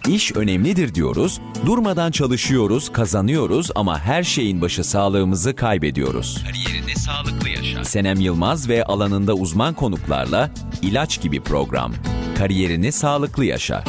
İş önemlidir diyoruz, durmadan çalışıyoruz, kazanıyoruz ama her şeyin başı sağlığımızı kaybediyoruz. Kariyerini sağlıklı yaşa. Senem Yılmaz ve alanında uzman konuklarla İlaç Gibi program. Kariyerini sağlıklı yaşa.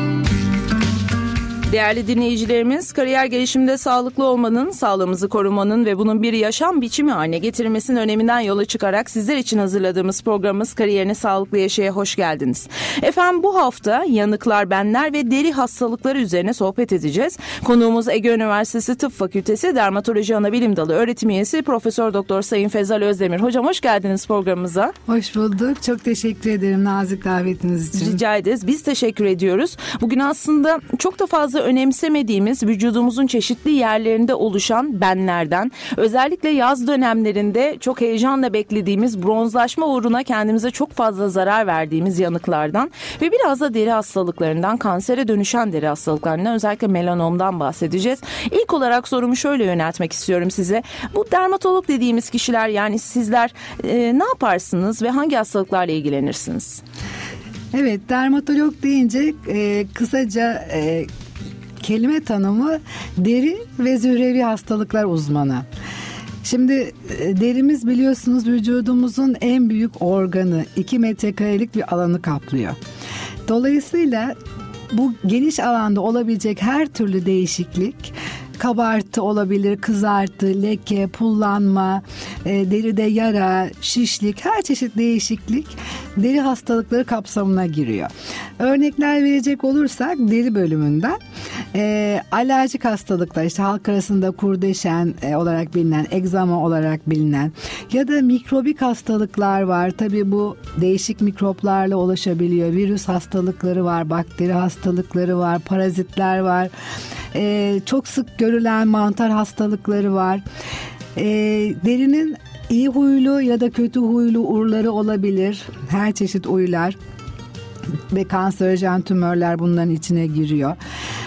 Değerli dinleyicilerimiz, kariyer gelişiminde sağlıklı olmanın, sağlığımızı korumanın ve bunun bir yaşam biçimi haline getirilmesinin öneminden yola çıkarak sizler için hazırladığımız programımız Kariyerini Sağlıklı Yaşaya hoş geldiniz. Efendim, bu hafta yanıklar, benler ve deri hastalıkları üzerine sohbet edeceğiz. Konuğumuz Ege Üniversitesi Tıp Fakültesi Dermatoloji Anabilim Dalı Öğretim Üyesi Profesör Doktor Sayın Fezal Özdemir. Hocam hoş geldiniz programımıza. Hoş bulduk. Çok teşekkür ederim nazik davetiniz için. Rica ederiz. Biz teşekkür ediyoruz. Bugün aslında çok da fazla önemsemediğimiz vücudumuzun çeşitli yerlerinde oluşan benlerden, özellikle yaz dönemlerinde çok heyecanla beklediğimiz bronzlaşma uğruna kendimize çok fazla zarar verdiğimiz yanıklardan ve biraz da deri hastalıklarından, kansere dönüşen deri hastalıklarından, özellikle melanomdan bahsedeceğiz. İlk olarak sorumu şöyle yöneltmek istiyorum size. Bu dermatolog dediğimiz kişiler, yani sizler ne yaparsınız ve hangi hastalıklarla ilgilenirsiniz? Evet, dermatolog deyince kısaca kelime tanımı deri ve zührevi hastalıklar uzmanı. Şimdi derimiz biliyorsunuz vücudumuzun en büyük organı, 2 metrekarelik bir alanı kaplıyor. Dolayısıyla bu geniş alanda olabilecek her türlü değişiklik, kabartı olabilir, kızartı, leke, pullanma, deride yara, şişlik, her çeşit değişiklik deri hastalıkları kapsamına giriyor. Örnekler verecek olursak deri bölümünden alerjik hastalıklar, işte halk arasında kurdeşen olarak bilinen, egzama olarak bilinen ya da mikrobik hastalıklar var. Tabii bu değişik mikroplarla ulaşabiliyor. Virüs hastalıkları var, bakteri hastalıkları var, parazitler var. Çok sık görülen mantar hastalıkları var. Derinin iyi huylu ya da kötü huylu urları olabilir. Her çeşit uylar ve kanserojen tümörler bunların içine giriyor.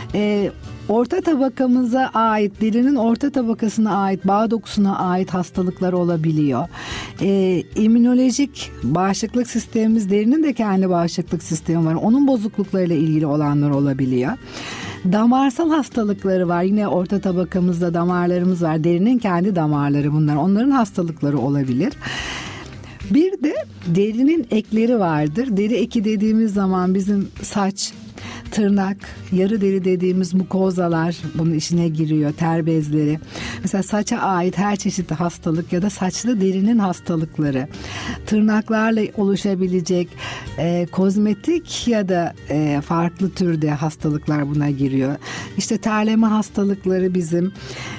Orta tabakamıza ait, derinin orta tabakasına ait, bağ dokusuna ait hastalıklar olabiliyor. İmmünolojik bağışıklık sistemimiz, derinin de kendi bağışıklık sistemi var. Onun bozukluklarıyla ilgili olanlar olabiliyor. Damarsal hastalıkları var. Yine orta tabakamızda damarlarımız var. Derinin kendi damarları bunlar. Onların hastalıkları olabilir. Bir de derinin ekleri vardır. Deri eki dediğimiz zaman bizim saç, tırnak, yarı deri dediğimiz mukozalar bunun içine giriyor, ter bezleri. Mesela saça ait her çeşit hastalık ya da saçlı derinin hastalıkları, tırnaklarla oluşabilecek kozmetik ya da farklı türde hastalıklar buna giriyor. İşte terleme hastalıkları bizim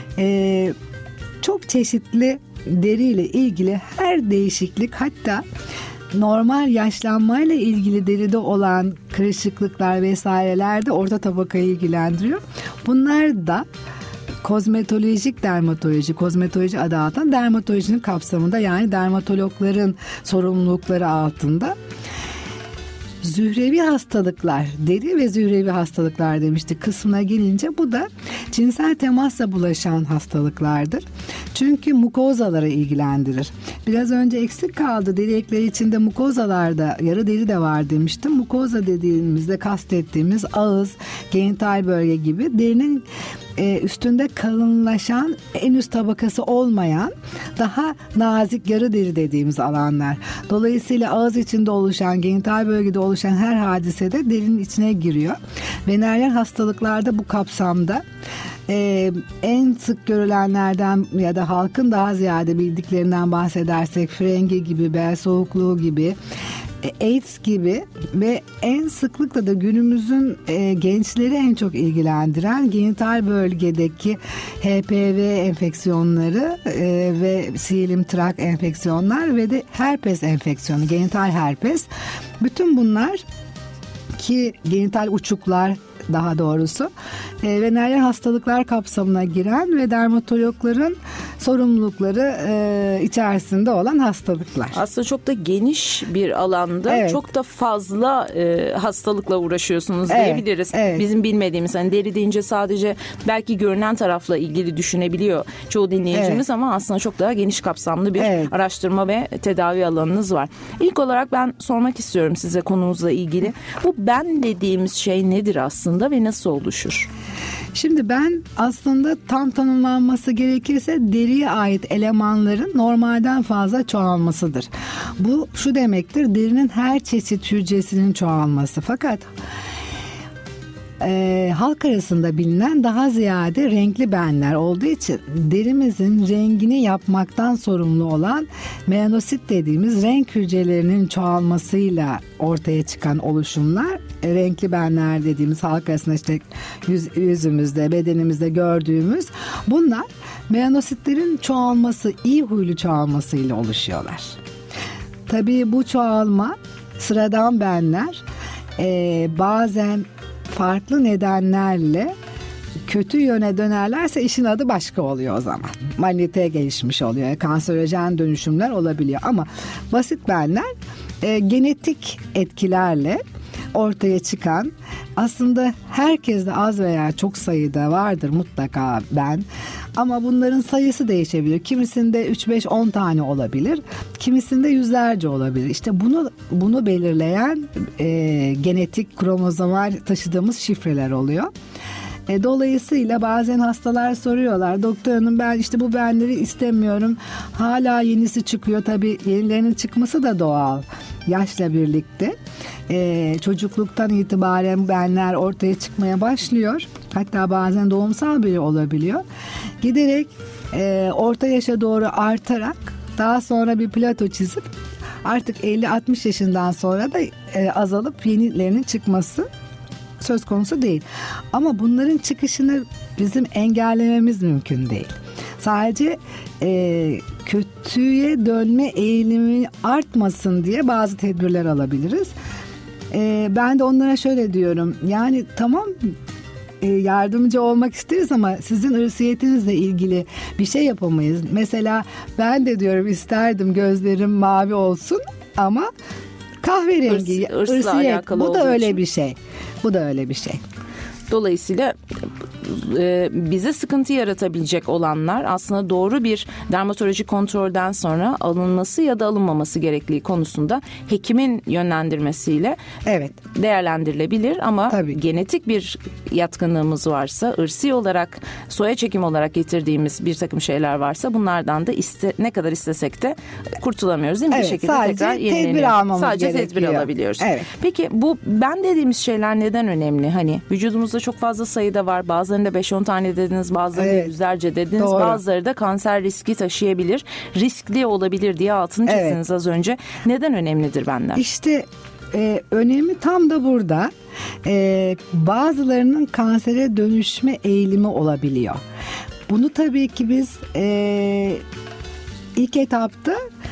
çok çeşitli deriyle ilgili her değişiklik, hatta normal yaşlanmayla ilgili deride olan kırışıklıklar vesaireler de orta tabakayı ilgilendiriyor. Bunlar da kozmetolojik dermatoloji, kozmetoloji adı altında dermatolojinin kapsamında, yani dermatologların sorumlulukları altında. Zührevi hastalıklar, deri ve zührevi hastalıklar demiştik kısmına gelince, bu da cinsel temasla bulaşan hastalıklardır. Çünkü mukozalara ilgilendirir. Biraz önce eksik kaldı, deri ekleri içinde mukozalarda yarı deri de var demiştim. Mukoza dediğimizde kastettiğimiz ağız, genital bölge gibi derinin üstünde kalınlaşan, en üst tabakası olmayan daha nazik yarı deri dediğimiz alanlar. Dolayısıyla ağız içinde oluşan, genital bölgede oluşan her hadise de derinin içine giriyor. Veneryen hastalıklarda bu kapsamda en sık görülenlerden ya da halkın daha ziyade bildiklerinden bahsedersek frengi gibi, bel soğukluğu gibi, AIDS gibi ve en sıklıkla da günümüzün gençleri en çok ilgilendiren genital bölgedeki HPV enfeksiyonları ve silim trak enfeksiyonlar ve de herpes enfeksiyonu, genital herpes. Bütün bunlar, ki genital uçuklar daha doğrusu, veneryen hastalıklar kapsamına giren ve dermatologların sorumlulukları içerisinde olan hastalıklar. Aslında çok da geniş bir alanda çok da fazla hastalıkla uğraşıyorsunuz diyebiliriz. Evet. Bizim bilmediğimiz, hani deri deyince sadece belki görünen tarafla ilgili düşünebiliyor çoğu dinleyicimiz ama aslında çok daha geniş kapsamlı bir araştırma ve tedavi alanınız var. İlk olarak ben sormak istiyorum size konumuzla ilgili. Bu ben dediğimiz şey nedir aslında ve nasıl oluşur? Şimdi ben aslında tam tanımlanması gerekirse deriye ait elemanların normalden fazla çoğalmasıdır. Bu şu demektir, derinin her çeşit hücresinin çoğalması. Fakat halk arasında bilinen daha ziyade renkli benler olduğu için derimizin rengini yapmaktan sorumlu olan melanosit dediğimiz renk hücrelerinin çoğalmasıyla ortaya çıkan oluşumlar, renkli benler dediğimiz halk arasında işte yüzümüzde, bedenimizde gördüğümüz bunlar melanositlerin çoğalması, iyi huylu çoğalmasıyla oluşuyorlar. Tabii bu çoğalma sıradan benler bazen farklı nedenlerle kötü yöne dönerlerse işin adı başka oluyor o zaman. Malignite gelişmiş oluyor. Kanserojen dönüşümler olabiliyor. Ama basit benler genetik etkilerle ortaya çıkan, aslında herkeste az veya çok sayıda vardır mutlaka ben. Ama bunların sayısı değişebilir. Kimisinde 3-5-10 tane olabilir. Kimisinde yüzlerce olabilir. İşte bunu belirleyen genetik kromozomal taşıdığımız şifreler oluyor. Dolayısıyla bazen hastalar soruyorlar, doktor hanım ben işte bu benleri istemiyorum. Hala yenisi çıkıyor. Tabii yenilerinin çıkması da doğal. Yaşla birlikte çocukluktan itibaren benler ortaya çıkmaya başlıyor. Hatta bazen doğumsal bile olabiliyor. Giderek orta yaşa doğru artarak daha sonra bir plato çizip artık 50-60 yaşından sonra da azalıp yenilerinin çıkması söz konusu değil. Ama bunların çıkışını bizim engellememiz mümkün değil. Sadece kötüye dönme eğilimi artmasın diye bazı tedbirler alabiliriz. Ben de onlara şöyle diyorum. Yani tamam yardımcı olmak isteriz ama sizin ırsiyetinizle ilgili bir şey yapamayız. Mesela ben de diyorum isterdim gözlerim mavi olsun ama kahverengi ırsiyet. Bu da öyle bir şey. Bu da öyle bir şey. Dolayısıyla bize sıkıntı yaratabilecek olanlar aslında doğru bir dermatolojik kontrolden sonra alınması ya da alınmaması gerektiği konusunda hekimin yönlendirmesiyle değerlendirilebilir ama genetik bir yatkınlığımız varsa, ırsi olarak soya çekim olarak getirdiğimiz bir takım şeyler varsa bunlardan da ne kadar istesek de kurtulamıyoruz değil mi? Bir şekilde tekrar yenileniyor. Sadece tedbir alabiliyoruz. Evet. Peki bu ben dediğimiz şeyler neden önemli? Hani vücudumuzda çok fazla sayıda var. Bazılarında 5-10 tane dediniz, bazılarında yüzlerce dediniz. Doğru. Bazıları da kanser riski taşıyabilir. Riskli olabilir diye altını çizdiniz az önce. Neden önemlidir benler? İşte önemi tam da burada. Bazılarının kansere dönüşme eğilimi olabiliyor. Bunu tabii ki biz ilk etapta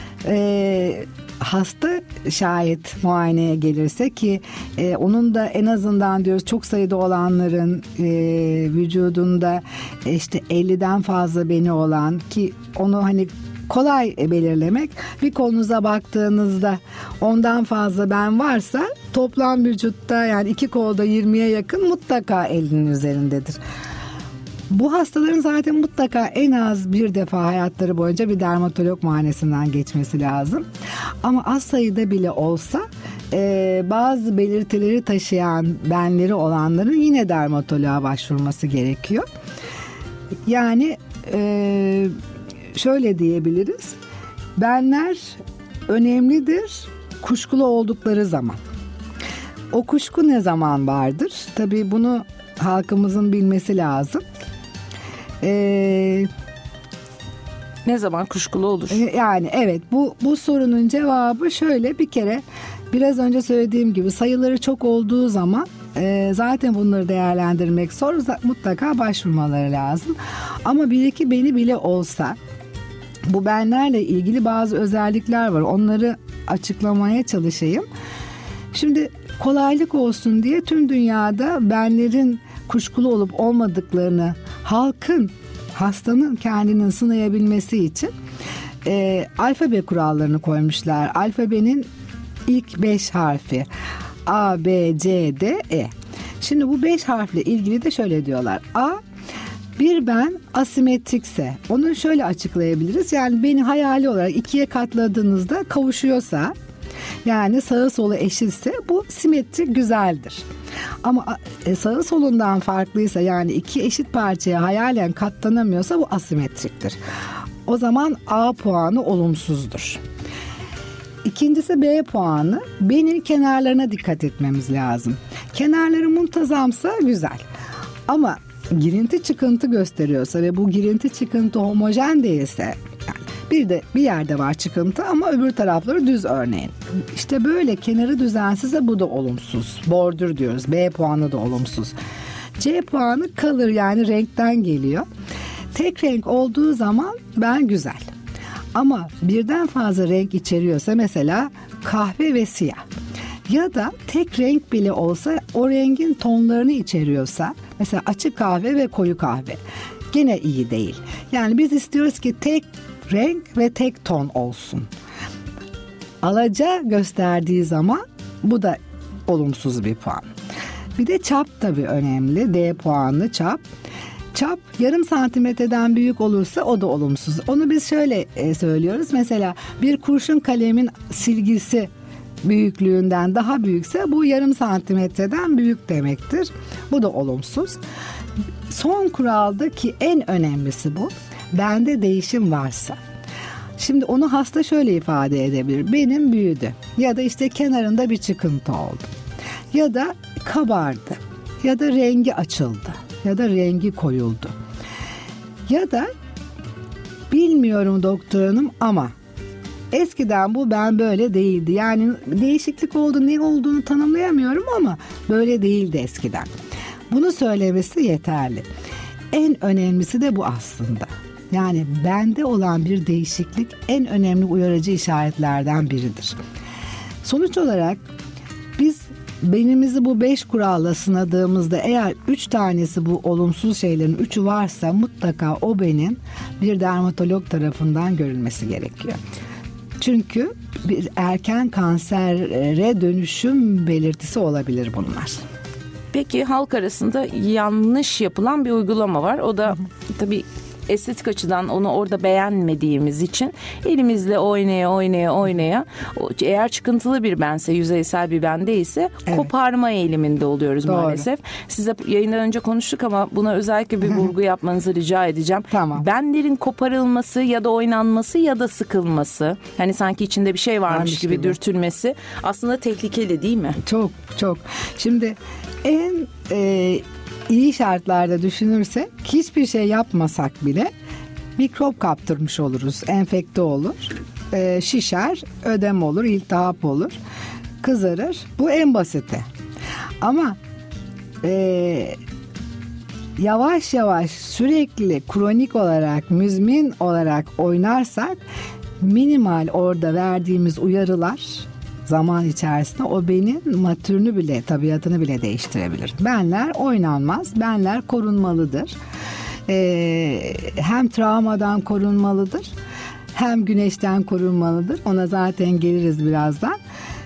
hasta şayet muayeneye gelirse ki onun da en azından diyoruz çok sayıda olanların vücudunda işte 50'den fazla beni olan ki onu hani kolay belirlemek, bir kolunuza baktığınızda ondan fazla ben varsa toplam vücutta yani 2 kolda 20'ye yakın mutlaka 50'nin üzerindedir. Bu hastaların zaten mutlaka en az bir defa hayatları boyunca bir dermatolog muayenesinden geçmesi lazım. Ama az sayıda bile olsa bazı belirtileri taşıyan benleri olanların yine dermatoloğa başvurması gerekiyor. Yani şöyle diyebiliriz. Benler önemlidir kuşkulu oldukları zaman. O kuşku ne zaman vardır? Tabii bunu halkımızın bilmesi lazım. Ne zaman kuşkulu olur? Yani evet bu sorunun cevabı şöyle, bir kere biraz önce söylediğim gibi sayıları çok olduğu zaman zaten bunları değerlendirmek zor, mutlaka başvurmaları lazım. Ama bir iki beni bile olsa bu benlerle ilgili bazı özellikler var, onları açıklamaya çalışayım. Şimdi kolaylık olsun diye tüm dünyada benlerin kuşkulu olup olmadıklarını halkın hastanın kendini sınayabilmesi için alfabe kurallarını koymuşlar. Alfabenin ilk 5 harfi A, B, C, D, E. Şimdi bu 5 harfle ilgili de şöyle diyorlar. A, bir ben asimetrikse onu şöyle açıklayabiliriz. Yani beni hayali olarak ikiye katladığınızda kavuşuyorsa, yani sağı solu eşitse bu simetrik güzeldir. Ama sağı solundan farklıysa, yani iki eşit parçaya hayalen katlanamıyorsa bu asimetriktir. O zaman A puanı olumsuzdur. İkincisi B puanı. B'nin kenarlarına dikkat etmemiz lazım. Kenarları muntazamsa güzel. Ama girinti çıkıntı gösteriyorsa ve bu girinti çıkıntı homojen değilse, yani bir yerde var çıkıntı ama öbür tarafları düz örneğin. İşte böyle kenarı düzensizse bu da olumsuz. Bordür diyoruz. B puanı da olumsuz. C puanı color, yani renkten geliyor. Tek renk olduğu zaman ben güzel. Ama birden fazla renk içeriyorsa, mesela kahve ve siyah, ya da tek renk bile olsa o rengin tonlarını içeriyorsa, mesela açık kahve ve koyu kahve, gene iyi değil. Yani biz istiyoruz ki tek renk ve tek ton olsun. Alaca gösterdiği zaman bu da olumsuz bir puan. Bir de çap tabii önemli. D puanlı çap. Çap yarım santimetreden büyük olursa o da olumsuz. Onu biz şöyle söylüyoruz. Mesela bir kurşun kalemin silgisi büyüklüğünden daha büyükse bu yarım santimetreden büyük demektir. Bu da olumsuz. Son kuralda ki en önemlisi bu. Bende değişim varsa. Şimdi onu hasta şöyle ifade edebilir. Benim büyüdü. Ya da işte kenarında bir çıkıntı oldu. Ya da kabardı. Ya da rengi açıldı. Ya da rengi koyuldu. Ya da bilmiyorum doktor hanım ama eskiden bu ben böyle değildi. Yani değişiklik oldu, ne olduğunu tanımlayamıyorum ama böyle değildi eskiden. Bunu söylemesi yeterli. En önemlisi de bu aslında. Yani bende olan bir değişiklik en önemli uyarıcı işaretlerden biridir. Sonuç olarak biz benimizi bu 5 kuralla sınadığımızda eğer 3 tanesi bu olumsuz şeylerin 3'ü varsa mutlaka o benin bir dermatolog tarafından görülmesi gerekiyor. Çünkü bir erken kansere dönüşüm belirtisi olabilir bunlar. Peki halk arasında yanlış yapılan bir uygulama var. O da tabii estetik açıdan onu orada beğenmediğimiz için elimizle oynaya eğer çıkıntılı bir bense, yüzeysel bir ben değilse koparma eğiliminde oluyoruz. Doğru. Maalesef. Size yayından önce konuştuk ama buna özellikle bir vurgu yapmanızı rica edeceğim. Tamam. Benlerin koparılması ya da oynanması ya da sıkılması, hani sanki içinde bir şey varmış gibi dürtülmesi aslında tehlikeli değil mi? Çok çok. Şimdi en iyi şartlarda düşünürsek hiçbir şey yapmasak bile mikrop kaptırmış oluruz. Enfekte olur, şişer, ödem olur, iltihap olur, kızarır. Bu en basiti. Ama yavaş yavaş sürekli kronik olarak, müzmin olarak oynarsak minimal orada verdiğimiz uyarılar zaman içerisinde o benin matürünü bile, tabiatını bile değiştirebilir. Benler oynanmaz, benler korunmalıdır. Hem travmadan korunmalıdır, hem güneşten korunmalıdır. Ona zaten geliriz birazdan.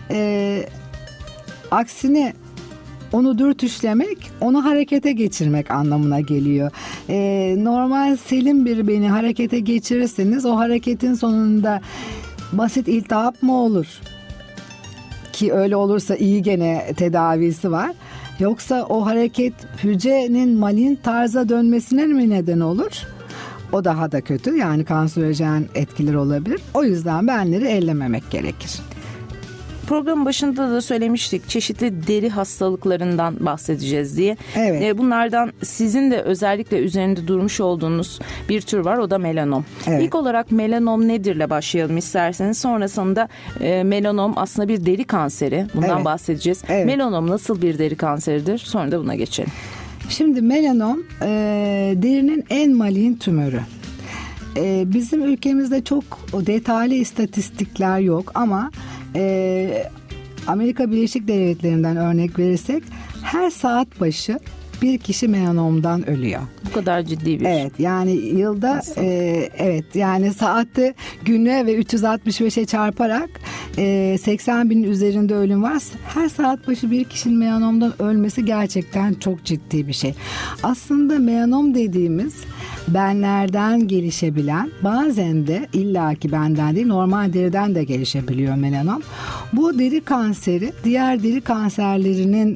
Aksine onu dürtüşlemek, onu harekete geçirmek anlamına geliyor. Normal selim bir beni harekete geçirirseniz o hareketin sonunda basit iltihap mı olur? Ki öyle olursa iyi, gene tedavisi var. Yoksa o hareket hücrenin malin tarza dönmesine mi neden olur? O daha da kötü, yani kanserojen etkiler olabilir. O yüzden benleri ellememek gerekir. Programın başında da söylemiştik, çeşitli deri hastalıklarından bahsedeceğiz diye. Evet. Bunlardan sizin de özellikle üzerinde durmuş olduğunuz bir tür var, o da melanom. Evet. İlk olarak melanom nedirle başlayalım isterseniz. Sonrasında melanom aslında bir deri kanseri. Bundan bahsedeceğiz. Evet. Melanom nasıl bir deri kanseridir? Sonra da buna geçelim. Şimdi melanom derinin en malign tümörü. Bizim ülkemizde çok detaylı istatistikler yok ama Amerika Birleşik Devletleri'nden örnek verirsek her saat başı bir kişi melanomdan ölüyor. Bu kadar ciddi bir Evet, yani yılda evet, yani saatte güne ve 365'e çarparak 80 binin üzerinde ölüm var. Her saat başı bir kişinin melanomdan ölmesi gerçekten çok ciddi bir şey. Aslında melanom dediğimiz benlerden gelişebilen, bazen de illaki benden değil normal deriden de gelişebiliyor melanom. Bu deri kanseri diğer deri kanserlerinin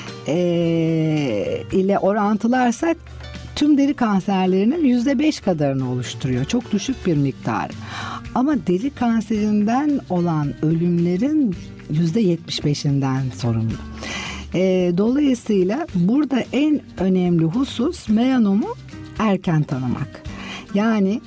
ile orantılarsak tüm deri kanserlerinin %5 kadarını oluşturuyor. Çok düşük bir miktar. Ama deri kanserinden olan ölümlerin %75'inden sorumlu. Dolayısıyla burada en önemli husus melanomu erken tanımak. Yani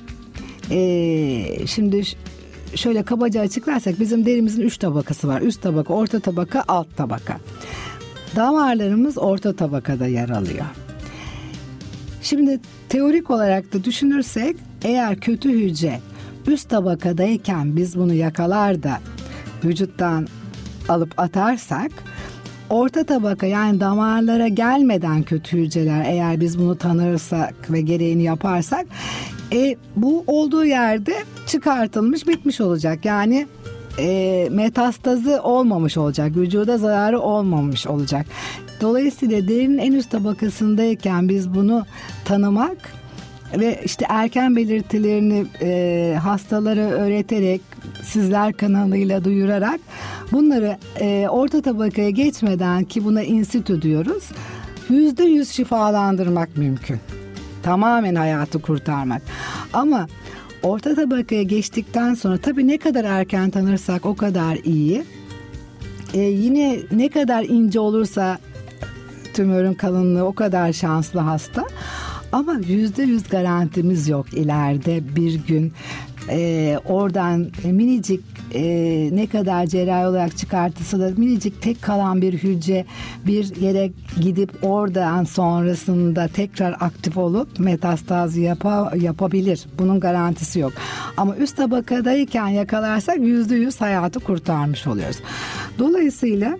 şimdi şöyle kabaca açıklarsak bizim derimizin 3 tabakası var. Üst tabaka, orta tabaka, alt tabaka. Damarlarımız orta tabakada yer alıyor. Şimdi teorik olarak da düşünürsek eğer kötü hücre üst tabakadayken biz bunu yakalar da vücuttan alıp atarsak, orta tabaka yani damarlara gelmeden kötü hücreler eğer biz bunu tanırsak ve gereğini yaparsak bu olduğu yerde çıkartılmış bitmiş olacak. Yani metastazı olmamış olacak, vücuda zararı olmamış olacak. Dolayısıyla derinin en üst tabakasındayken biz bunu tanımak ve işte erken belirtilerini hastalara öğreterek, sizler kanalıyla duyurarak bunları orta tabakaya geçmeden, ki buna insitü diyoruz, %100 şifalandırmak mümkün. Tamamen hayatı kurtarmak. Ama orta tabakaya geçtikten sonra tabii ne kadar erken tanırsak o kadar iyi. Yine ne kadar ince olursa tümörün kalınlığı o kadar şanslı hasta. Ama %100 garantimiz yok ileride bir gün oradan minicik ne kadar cerrahi olarak çıkartılsa da minicik tek kalan bir hücre bir yere gidip oradan sonrasında tekrar aktif olup metastaz yapabilir. Bunun garantisi yok. Ama üst tabakadayken yakalarsak %100 hayatı kurtarmış oluyoruz. Dolayısıyla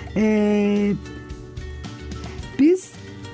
biz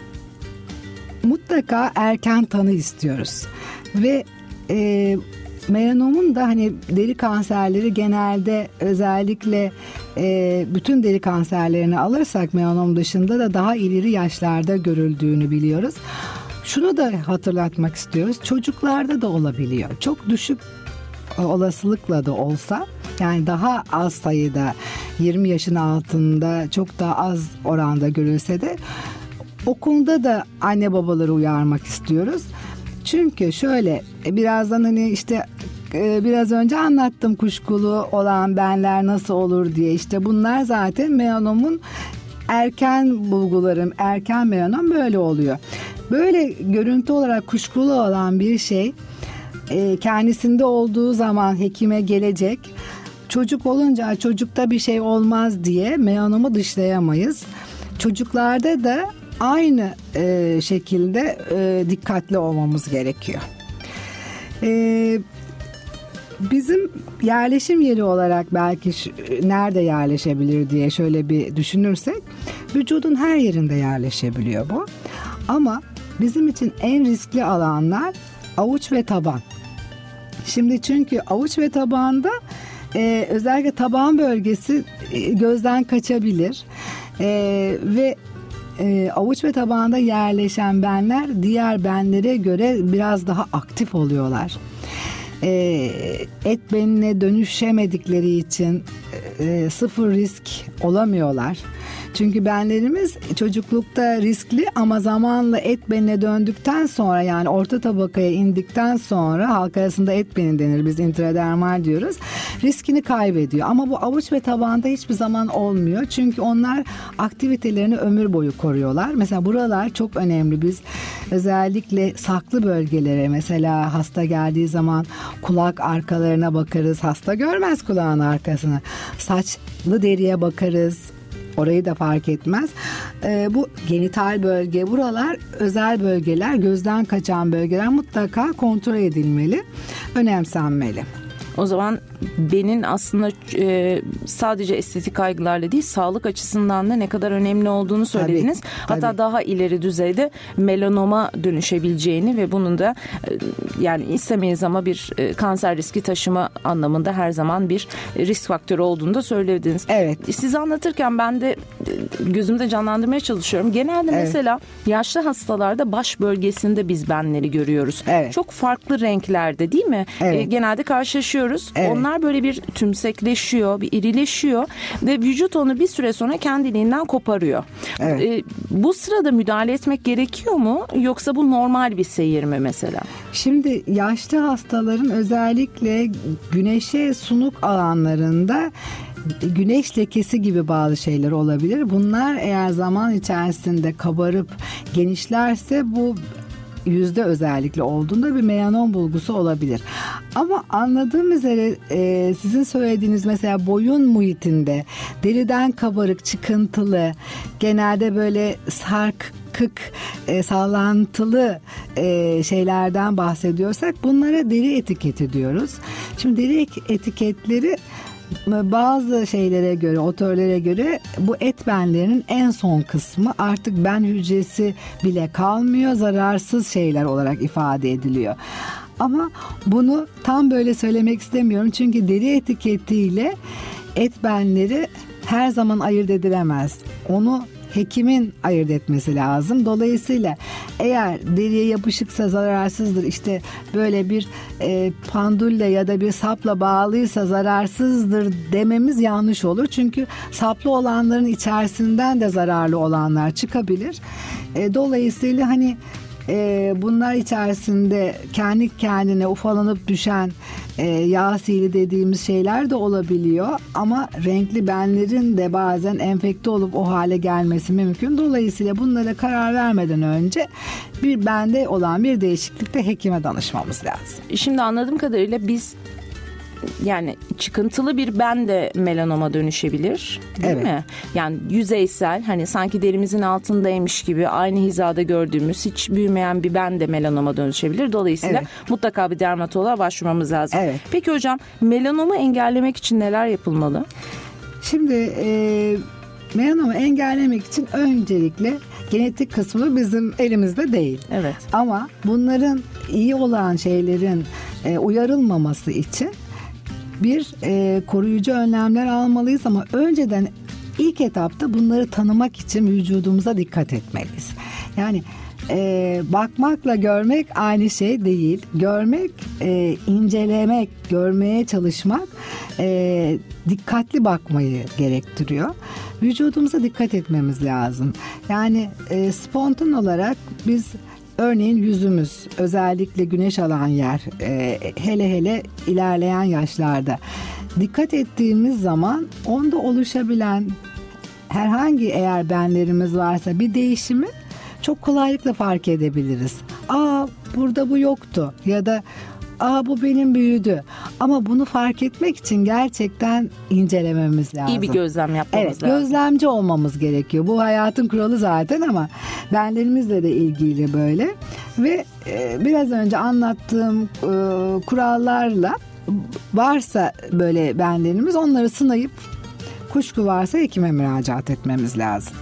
mutlaka erken tanı istiyoruz ve melanomun da hani deri kanserleri genelde özellikle bütün deri kanserlerini alırsak melanom dışında da daha ileri yaşlarda görüldüğünü biliyoruz. Şunu da hatırlatmak istiyoruz. Çocuklarda da olabiliyor. Çok düşük olasılıkla da olsa, yani daha az sayıda 20 yaşın altında çok daha az oranda görülse de o konuda da anne babaları uyarmak istiyoruz. Çünkü şöyle birazdan hani işte biraz önce anlattım kuşkulu olan benler nasıl olur diye. İşte bunlar zaten melanomun erken bulgularım, erken melanom böyle oluyor. Böyle görüntü olarak kuşkulu olan bir şey kendisinde olduğu zaman hekime gelecek. Çocuk olunca çocukta bir şey olmaz diye melanomu dışlayamayız. Çocuklarda da aynı şekilde dikkatli olmamız gerekiyor. Bizim yerleşim yeri olarak belki nerede yerleşebilir diye şöyle bir düşünürsek, vücudun her yerinde yerleşebiliyor bu. Ama bizim için en riskli alanlar avuç ve taban. Şimdi çünkü avuç ve tabanda özellikle taban bölgesi gözden kaçabilir ve avuç ve tabanda yerleşen benler diğer benlere göre biraz daha aktif oluyorlar. Et benine dönüşemedikleri için sıfır risk olamıyorlar. Çünkü benlerimiz çocuklukta riskli ama zamanla et benine döndükten sonra, yani orta tabakaya indikten sonra, halk arasında et beni denir, biz intradermal diyoruz, riskini kaybediyor. Ama bu avuç ve tabanda hiçbir zaman olmuyor. Çünkü onlar aktivitelerini ömür boyu koruyorlar. Mesela buralar çok önemli. Biz özellikle saklı bölgelere, mesela hasta geldiği zaman kulak arkalarına bakarız. Hasta görmez kulağın arkasını. Saçlı deriye bakarız. Orayı da fark etmez. Bu genital bölge, buralar özel bölgeler, gözden kaçan bölgeler mutlaka kontrol edilmeli, önemsenmeli. O zaman benin aslında sadece estetik kaygılarla değil, sağlık açısından da ne kadar önemli olduğunu söylediniz. Tabii. Hatta daha ileri düzeyde melanoma dönüşebileceğini ve bunun da yani istemeyiz ama bir kanser riski taşıma anlamında her zaman bir risk faktörü olduğunu da söylediniz. Evet. Sizi anlatırken ben de gözümde canlandırmaya çalışıyorum. Genelde mesela yaşlı hastalarda baş bölgesinde biz benleri görüyoruz. Evet. Çok farklı renklerde değil mi? Evet. Genelde karşılaşıyoruz. Evet. Onlar böyle bir tümsekleşiyor, bir irileşiyor ve vücut onu bir süre sonra kendiliğinden koparıyor. Evet. Bu sırada müdahale etmek gerekiyor mu? Yoksa bu normal bir seyir mi mesela? Şimdi yaşlı hastaların özellikle güneşe sunuk alanlarında güneş lekesi gibi bazı şeyler olabilir. Bunlar eğer zaman içerisinde kabarıp genişlerse bu yüzde özellikle olduğunda bir melanom bulgusu olabilir. Ama anladığım üzere sizin söylediğiniz mesela boyun muhitinde deriden kabarık, çıkıntılı, genelde böyle sarkık, sallantılı şeylerden bahsediyorsak bunlara deri etiketi diyoruz. Şimdi deri etiketleri bazı şeylere göre, otörlere göre bu et benlerinin en son kısmı, artık ben hücresi bile kalmıyor, zararsız şeyler olarak ifade ediliyor. Ama bunu tam böyle söylemek istemiyorum çünkü deri etiketiyle et benleri her zaman ayırt edilemez. Onu hekimin ayırt etmesi lazım. Dolayısıyla eğer deriye yapışıksa zararsızdır, işte böyle bir pandulle ya da bir sapla bağlıysa zararsızdır dememiz yanlış olur. Çünkü saplı olanların içerisinden de zararlı olanlar çıkabilir. Dolayısıyla hani bunlar içerisinde kendi kendine ufalanıp düşen yağ sili dediğimiz şeyler de olabiliyor. Ama renkli benlerin de bazen enfekte olup o hale gelmesi mümkün. Dolayısıyla bunlara karar vermeden önce bir bende olan bir değişiklikte hekime danışmamız lazım. Şimdi anladığım kadarıyla biz yani çıkıntılı bir ben de melanoma dönüşebilir değil mi? Yani yüzeysel, hani sanki derimizin altındaymış gibi aynı hizada gördüğümüz hiç büyümeyen bir ben de melanoma dönüşebilir. Dolayısıyla mutlaka bir dermatoloğa başvurmamız lazım. Evet. Peki hocam, melanomu engellemek için neler yapılmalı? Şimdi melanomu engellemek için öncelikle genetik kısmı bizim elimizde değil. Evet. Ama bunların iyi olan şeylerin uyarılmaması için bir koruyucu önlemler almalıyız ama önceden ilk etapta bunları tanımak için vücudumuza dikkat etmeliyiz. Yani bakmakla görmek aynı şey değil. Görmek, incelemek, görmeye çalışmak dikkatli bakmayı gerektiriyor. Vücudumuza dikkat etmemiz lazım. Yani spontan olarak biz örneğin yüzümüz, özellikle güneş alan yer, hele hele ilerleyen yaşlarda dikkat ettiğimiz zaman onda oluşabilen herhangi eğer benlerimiz varsa bir değişimi çok kolaylıkla fark edebiliriz. Burada bu yoktu ya da bu benim büyüdü. Ama bunu fark etmek için gerçekten incelememiz lazım. İyi bir gözlem yapmamız lazım. Gözlemci olmamız gerekiyor. Bu hayatın kuralı zaten ama benlerimizle de ilgili böyle. Ve biraz önce anlattığım kurallarla varsa böyle benlerimiz, onları sınayıp kuşku varsa hekime müracaat etmemiz lazım.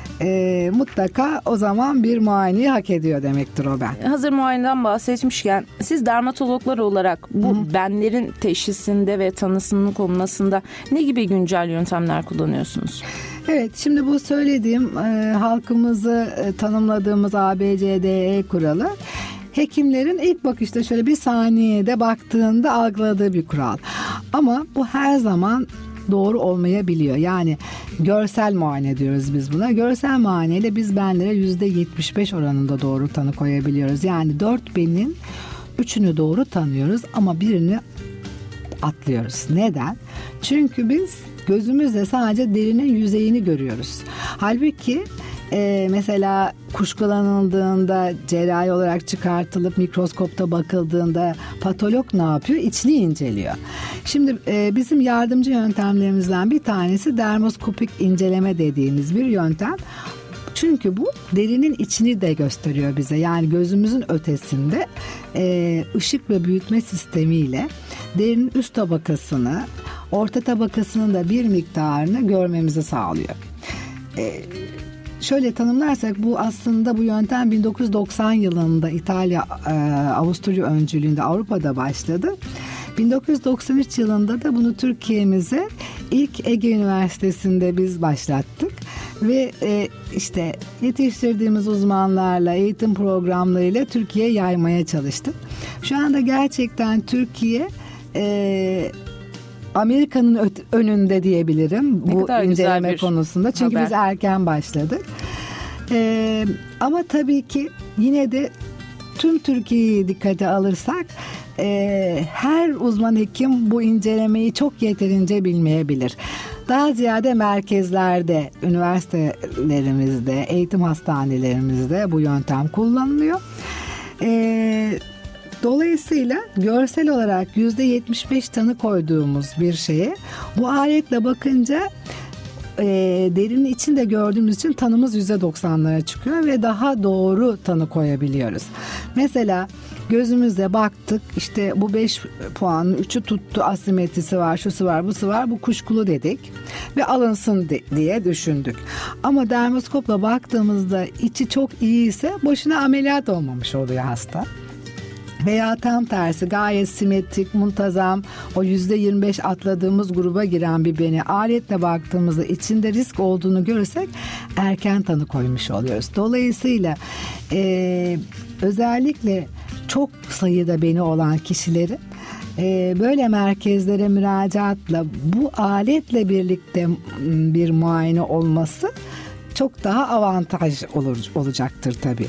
Mutlaka o zaman bir muayeneyi hak ediyor demektir o ben. Hazır muayeneden bahsetmişken siz dermatologlar olarak bu benlerin teşhisinde ve tanısının konulmasında ne gibi güncel yöntemler kullanıyorsunuz? Evet, şimdi bu söylediğim halkımızı tanımladığımız ABCDE kuralı hekimlerin ilk bakışta şöyle bir saniyede baktığında algıladığı bir kural. Ama bu her zaman doğru olmayabiliyor. Yani görsel muayene diyoruz biz buna. Görsel muayeneyle biz benlere %75 oranında doğru tanı koyabiliyoruz. Yani 4 benin 3'ünü doğru tanıyoruz ama birini atlıyoruz. Neden? Çünkü biz gözümüzle sadece derinin yüzeyini görüyoruz. Halbuki mesela kuşkulanıldığında, cerrahi olarak çıkartılıp mikroskopta bakıldığında patolog ne yapıyor? İçini inceliyor. Şimdi bizim yardımcı yöntemlerimizden bir tanesi dermoskopik inceleme dediğimiz bir yöntem. Çünkü bu derinin içini de gösteriyor bize. Yani gözümüzün ötesinde ışık ve büyütme sistemiyle derinin üst tabakasını, orta tabakasının da bir miktarını görmemizi sağlıyor. Şöyle tanımlarsak bu aslında bu yöntem 1990 yılında İtalya, Avusturya öncülüğünde Avrupa'da başladı. 1993 yılında da bunu Türkiye'mize ilk Ege Üniversitesi'nde biz başlattık. Ve işte yetiştirdiğimiz uzmanlarla, eğitim programlarıyla Türkiye'ye yaymaya çalıştık. Şu anda gerçekten Türkiye Amerika'nın önünde diyebilirim bu inceleme konusunda. Çünkü biz erken başladık. Ama tabii ki yine de tüm Türkiye'yi dikkate alırsak her uzman hekim bu incelemeyi çok yeterince bilmeyebilir. Daha ziyade merkezlerde, üniversitelerimizde, eğitim hastanelerimizde bu yöntem kullanılıyor. Dolayısıyla görsel olarak %75 tanı koyduğumuz bir şeye bu aletle bakınca derinin içinde gördüğümüz için tanımız %90'lara çıkıyor ve daha doğru tanı koyabiliyoruz. Mesela gözümüzle baktık, işte bu 5 puanın 3'ü tuttu, asimetrisi var, şusu var, busu var, bu kuşkulu dedik ve alınsın diye düşündük. Ama dermoskopla baktığımızda içi çok iyi ise boşuna ameliyat olmamış oluyor hasta. Veya tam tersi gayet simetrik, muntazam, o %25 atladığımız gruba giren bir beni aletle baktığımızda içinde risk olduğunu görürsek erken tanı koymuş oluyoruz. Dolayısıyla özellikle çok sayıda beni olan kişilerin böyle merkezlere müracaatla bu aletle birlikte bir muayene olması çok daha avantaj olacaktır tabii.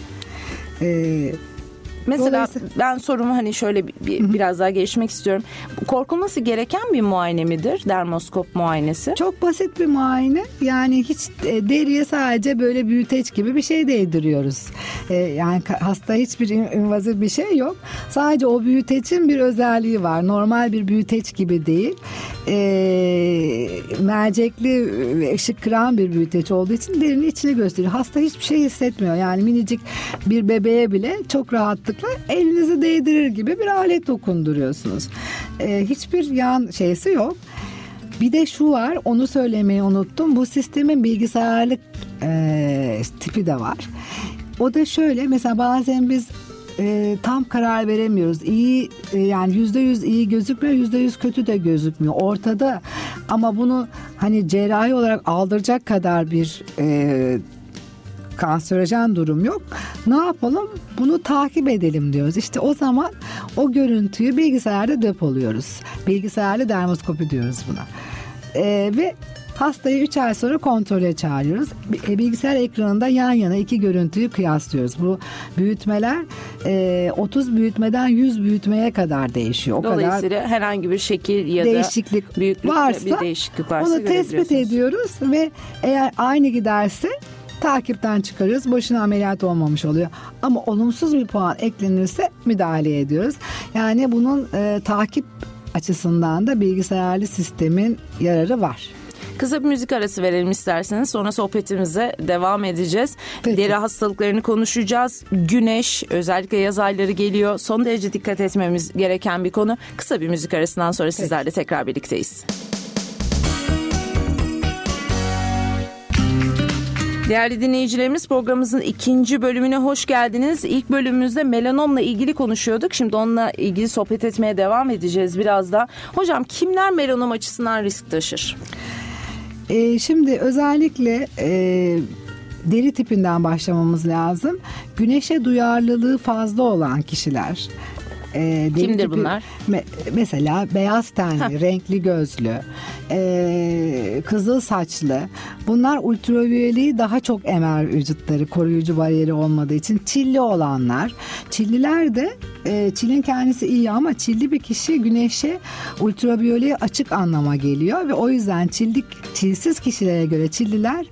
Mesela ben sorumu hani şöyle biraz daha gelişmek istiyorum. Korkulması gereken bir muayene midir dermoskop muayenesi? Çok basit bir muayene. Yani hiç deriye sadece böyle büyüteç gibi bir şey değdiriyoruz. Yani hasta hiçbir invazif bir şey yok. Sadece o büyütecin bir özelliği var. Normal bir büyüteç gibi değil. Mercekli ve ışık kıran bir büyüteç olduğu için derinin içini gösteriyor. Hasta hiçbir şey hissetmiyor. Yani minicik bir bebeğe bile çok rahatlıkla elinizi değdirir gibi bir alet dokunduruyorsunuz. Hiçbir yan şeysi yok. Bir de şu var, onu söylemeyi unuttum. Bu sistemin bilgisayarlık tipi de var. O da şöyle, mesela bazen biz tam karar veremiyoruz. İyi, yani %100 iyi gözükmüyor, %100 kötü de gözükmüyor. Ortada, ama bunu hani cerrahi olarak aldıracak kadar bir kanserojen durum yok. Ne yapalım? Bunu takip edelim diyoruz. İşte o zaman o görüntüyü bilgisayarda depoluyoruz. Bilgisayarlı dermoskopi diyoruz buna. Ve hastayı 3 ay sonra kontrole çağırıyoruz. Bilgisayar ekranında yan yana iki görüntüyü kıyaslıyoruz. Bu büyütmeler 30 büyütmeden 100 büyütmeye kadar değişiyor. O Dolayısıyla kadar herhangi bir şekil ya değişiklik da büyüklükte varsa, bir değişiklik varsa onu tespit ediyoruz ve eğer aynı giderse takipten çıkarıyoruz. Boşuna ameliyat olmamış oluyor. Ama olumsuz bir puan eklenirse müdahale ediyoruz. Yani bunun takip açısından da bilgisayarlı sistemin yararı var. Kısa bir müzik arası verelim isterseniz. Sonra sohbetimize devam edeceğiz. Peki. Deri hastalıklarını konuşacağız. Güneş, özellikle yaz ayları geliyor. Son derece dikkat etmemiz gereken bir konu. Kısa bir müzik arasından sonra sizlerle tekrar birlikteyiz. Değerli dinleyicilerimiz, programımızın 2. bölümüne hoş geldiniz. İlk bölümümüzde melanomla ilgili konuşuyorduk. Şimdi onunla ilgili sohbet etmeye devam edeceğiz biraz da. Hocam, kimler melanom açısından risk taşır? Şimdi özellikle deri tipinden başlamamız lazım. Güneşe duyarlılığı fazla olan kişiler. Kimdir tipi, bunlar? Mesela beyaz tenli, renkli gözlü, kızıl saçlı. Bunlar ultraviyoliyi daha çok emer vücutları, koruyucu bariyeri olmadığı için. Çilli olanlar. Çilliler de çilin kendisi iyi ama çilli bir kişi güneşe ultraviyoliye açık anlama geliyor ve o yüzden çilsiz kişilere göre çilliler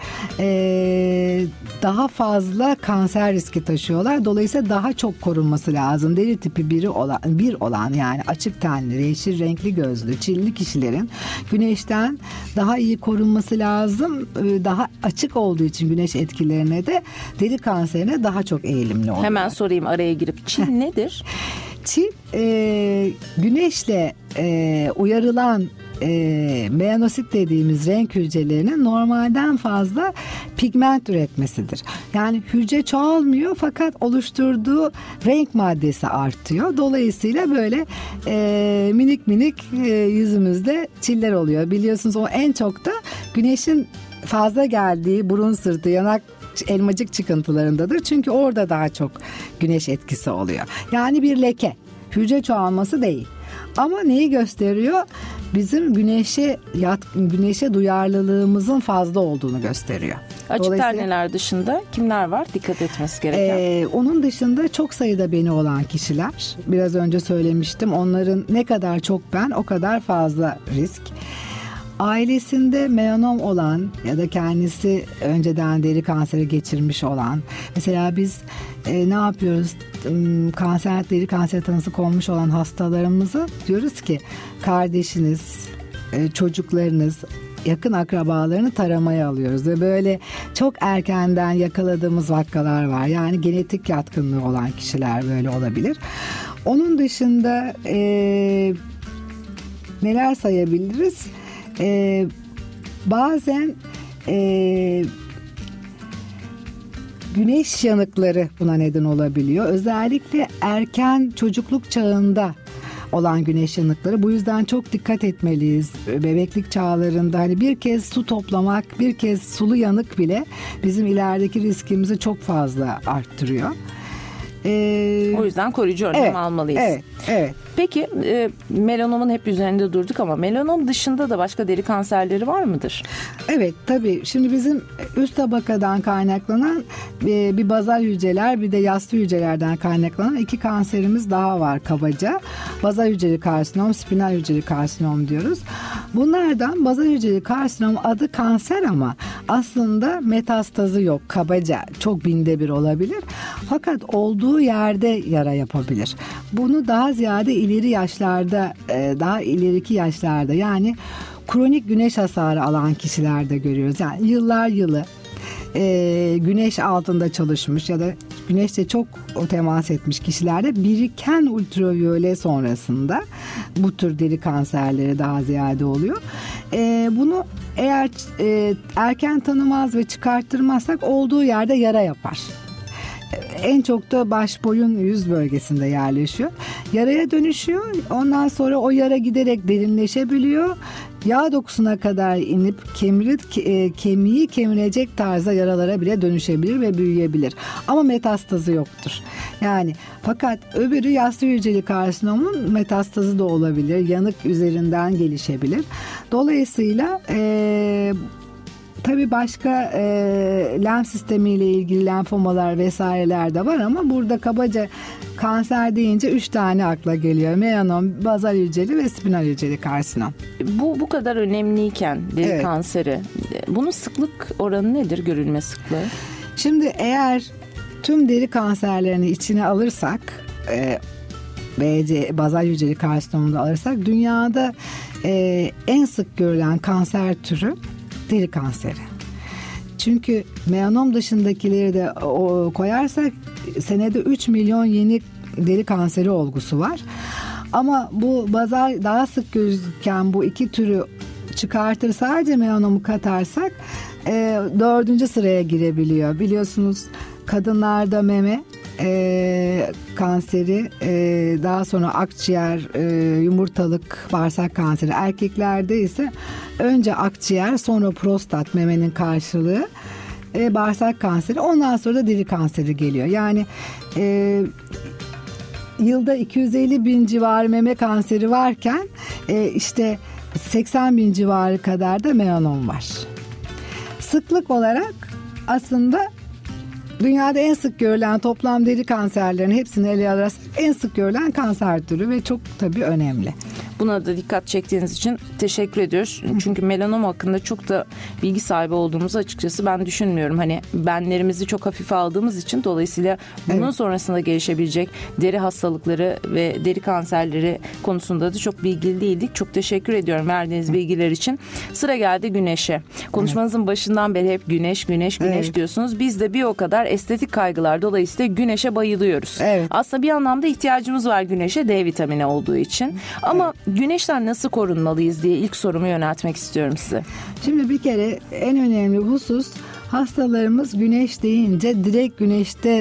daha fazla kanser riski taşıyorlar. Dolayısıyla daha çok korunması lazım. Deri tipi bir olan yani açık tenli, yeşil renkli gözlü, çilli kişilerin güneşten daha iyi korunması lazım. Daha açık olduğu için güneş etkilerine de deri kanserine daha çok eğilimli oluyor. Hemen sorayım araya girip, çil nedir? çil güneşle uyarılan melanosit dediğimiz renk hücrelerinin normalden fazla pigment üretmesidir. Yani hücre çoğalmıyor fakat oluşturduğu renk maddesi artıyor. Dolayısıyla böyle minik minik yüzümüzde çiller oluyor. Biliyorsunuz o en çok da güneşin fazla geldiği burun sırtı, yanak, elmacık çıkıntılarındadır. Çünkü orada daha çok güneş etkisi oluyor. Yani bir leke. Hücre çoğalması değil. Ama neyi gösteriyor? Bizim güneşe duyarlılığımızın fazla olduğunu gösteriyor. Açık terneler dışında kimler var dikkat etmesi gereken? Onun dışında çok sayıda beni olan kişiler. Biraz önce söylemiştim. Onların ne kadar çok ben, o kadar fazla risk. Ailesinde melanom olan ya da kendisi önceden deri kanseri geçirmiş olan, mesela biz ne yapıyoruz? Deri kanseri tanısı konmuş olan hastalarımızı diyoruz ki kardeşiniz, çocuklarınız, yakın akrabalarını taramaya alıyoruz ve böyle çok erkenden yakaladığımız vakalar var. Yani genetik yatkınlığı olan kişiler böyle olabilir. Onun dışında neler sayabiliriz? Bazen güneş yanıkları buna neden olabiliyor. Özellikle erken çocukluk çağında olan güneş yanıkları. Bu yüzden çok dikkat etmeliyiz. Bebeklik çağlarında hani bir kez su toplamak, bir kez sulu yanık bile bizim ilerideki riskimizi çok fazla arttırıyor. O yüzden koruyucu önlem almalıyız. Evet. Peki melanomun hep üzerinde durduk ama melanom dışında da başka deri kanserleri var mıdır? Evet tabii. Şimdi bizim üst tabakadan kaynaklanan bir bazal hücreler bir de yassı hücrelerden kaynaklanan 2 kanserimiz daha var kabaca. Bazal hücreli karsinom, spinal hücreli karsinom diyoruz. Bunlardan bazal hücreli karsinom adı kanser ama aslında metastazı yok kabaca. Çok binde bir olabilir. Fakat olduğu yerde yara yapabilir. Bunu daha ziyade ileri yaşlarda, daha ileriki yaşlarda yani kronik güneş hasarı alan kişilerde görüyoruz. Yani yıllar yılı güneş altında çalışmış ya da güneşle çok temas etmiş kişilerde biriken ultraviyole sonrasında bu tür deri kanserleri daha ziyade oluyor. Bunu eğer erken tanımaz ve çıkarttırmazsak olduğu yerde yara yapar. En çok da baş, boyun, yüz bölgesinde yerleşiyor. Yaraya dönüşüyor. Ondan sonra o yara giderek derinleşebiliyor. Yağ dokusuna kadar inip kemiği kemirecek tarzda yaralara bile dönüşebilir ve büyüyebilir. Ama metastazı yoktur. Yani fakat öbürü yassı hücreli karsinomun metastazı da olabilir. Yanık üzerinden gelişebilir. Dolayısıyla tabii başka lenf sistemiyle ilgili lenfomalar vesaireler de var ama burada kabaca kanser deyince 3 tane akla geliyor. Melanom, bazal hücreli ve spinal hücreli karsinom. Bu kadar önemliyken deri kanseri, bunun sıklık oranı nedir, görülme sıklığı? Şimdi eğer tüm deri kanserlerini içine alırsak, bazal hücreli karsinomunu da alırsak dünyada en sık görülen kanser türü deri kanseri. Çünkü melanom dışındakileri de koyarsak senede 3 milyon yeni deri kanseri olgusu var. Ama bu bazal daha sık gözüken bu 2 türü çıkartır sadece melanomu katarsak 4. sıraya girebiliyor. Biliyorsunuz kadınlarda meme kanseri, daha sonra akciğer, yumurtalık, bağırsak kanseri. Erkeklerde ise önce akciğer, sonra prostat, memenin karşılığı, bağırsak kanseri, ondan sonra da deri kanseri geliyor. Yani yılda 250 bin civarı meme kanseri varken işte 80 bin civarı kadar da melanom var. Sıklık olarak aslında dünyada en sık görülen toplam deri kanserlerinin hepsini ele alırsak en sık görülen kanser türü ve çok tabii önemli. Buna da dikkat çektiğiniz için teşekkür ediyoruz. Çünkü melanom hakkında çok da bilgi sahibi olduğumuzu açıkçası ben düşünmüyorum. Hani benlerimizi çok hafife aldığımız için, dolayısıyla bunun sonrasında gelişebilecek deri hastalıkları ve deri kanserleri konusunda da çok bilgili değildik. Çok teşekkür ediyorum verdiğiniz bilgiler için. Sıra geldi güneşe. Konuşmanızın başından beri hep güneş diyorsunuz. Biz de bir o kadar estetik kaygılar dolayısıyla güneşe bayılıyoruz. Evet. Aslında bir anlamda ihtiyacımız var güneşe, D vitamini olduğu için. Ama güneşten nasıl korunmalıyız diye ilk sorumu yöneltmek istiyorum size. Şimdi bir kere en önemli husus, hastalarımız güneş deyince direkt güneşte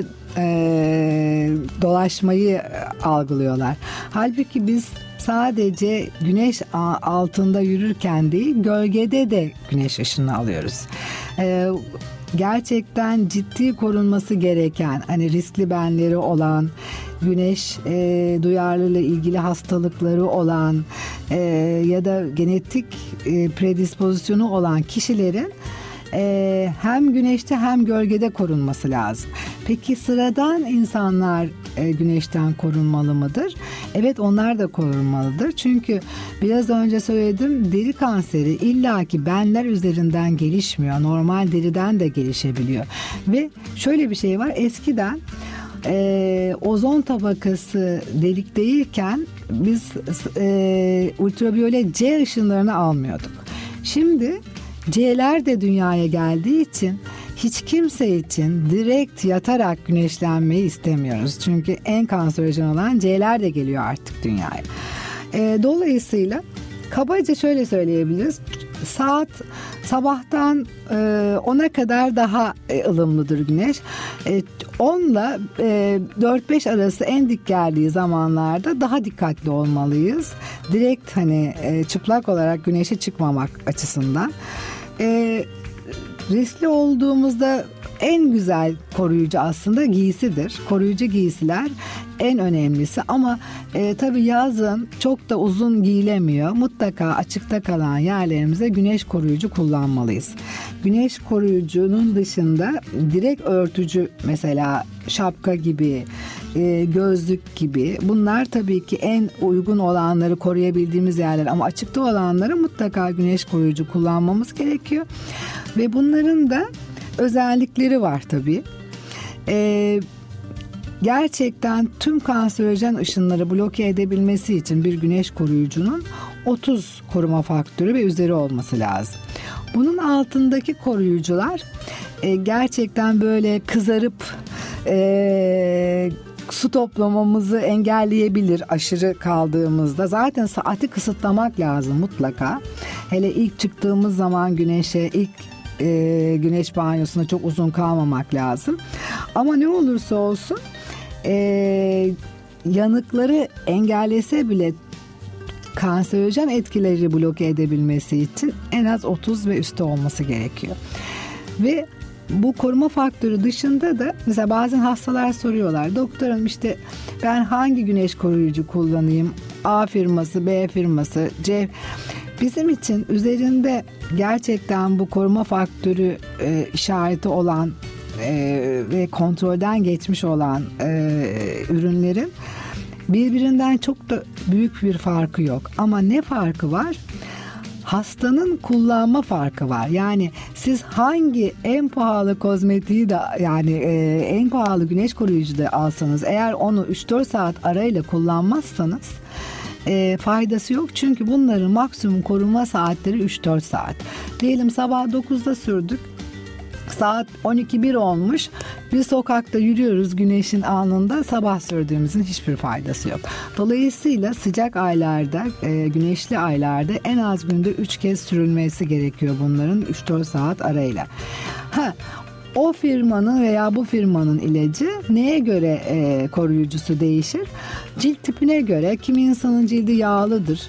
dolaşmayı algılıyorlar. Halbuki biz sadece güneş altında yürürken değil, gölgede de güneş ışını alıyoruz. Gerçekten ciddi korunması gereken, hani riskli benleri olan, güneş duyarlılığı ilgili hastalıkları olan ya da genetik predispozisyonu olan kişilerin hem güneşte hem gölgede korunması lazım. Peki sıradan insanlar güneşten korunmalı mıdır? Evet, onlar da korunmalıdır. Çünkü biraz önce söyledim, deri kanseri illaki benler üzerinden gelişmiyor. Normal deriden de gelişebiliyor. Ve şöyle bir şey var, eskiden ozon tabakası delik değilken biz ultraviyole C ışınlarını almıyorduk. Şimdi C'ler de dünyaya geldiği için hiç kimse için direkt yatarak güneşlenmeyi istemiyoruz. Çünkü en kanserojen olan C'ler de geliyor artık dünyaya. Dolayısıyla kabaca şöyle söyleyebiliriz. Saat sabahtan 10'a kadar daha ılımlıdır güneş. 10 ile 4-5 arası en dik geldiği zamanlarda daha dikkatli olmalıyız. Direkt hani çıplak olarak güneşe çıkmamak açısından. Riskli olduğumuzda en güzel koruyucu aslında giysidir. Koruyucu giysiler en önemlisi, ama tabii yazın çok da uzun giyilemiyor. Mutlaka açıkta kalan yerlerimize güneş koruyucu kullanmalıyız. Güneş koruyucunun dışında direkt örtücü, mesela şapka gibi, gözlük gibi, bunlar tabii ki en uygun olanları, koruyabildiğimiz yerler, ama açıkta olanları mutlaka güneş koruyucu kullanmamız gerekiyor. Ve bunların da özellikleri var tabii. Gerçekten tüm kanserojen ışınları bloke edebilmesi için bir güneş koruyucunun 30 koruma faktörü ve üzeri olması lazım. Bunun altındaki koruyucular gerçekten böyle kızarıp su toplamamızı engelleyebilir aşırı kaldığımızda. Zaten saati kısıtlamak lazım mutlaka. Hele ilk çıktığımız zaman güneşe, ilk güneş banyosuna çok uzun kalmamak lazım. Ama ne olursa olsun yanıkları engellese bile kanserojen etkileri bloke edebilmesi için en az 30 ve üstü olması gerekiyor. Ve bu koruma faktörü dışında da mesela bazen hastalar soruyorlar, doktorum işte ben hangi güneş koruyucu kullanayım? A firması, B firması, C. Bizim için üzerinde gerçekten bu koruma faktörü işareti olan ve kontrolden geçmiş olan ürünlerin birbirinden çok da büyük bir farkı yok. Ama ne farkı var? Hastanın kullanma farkı var. Yani siz hangi en pahalı kozmetiği de, yani en pahalı güneş koruyucu da alsanız, eğer onu 3-4 saat arayla kullanmazsanız faydası yok. Çünkü bunların maksimum koruma saatleri 3-4 saat. Diyelim sabah 9'da sürdük. Saat 12-1 olmuş. Bir sokakta yürüyoruz güneşin alnında, sabah sürdüğümüzün hiçbir faydası yok. Dolayısıyla sıcak aylarda, güneşli aylarda en az günde 3 kez sürülmesi gerekiyor bunların 3-4 saat arayla. O firmanın veya bu firmanın ilacı neye göre koruyucusu değişir? Cilt tipine göre. Kimi insanın cildi yağlıdır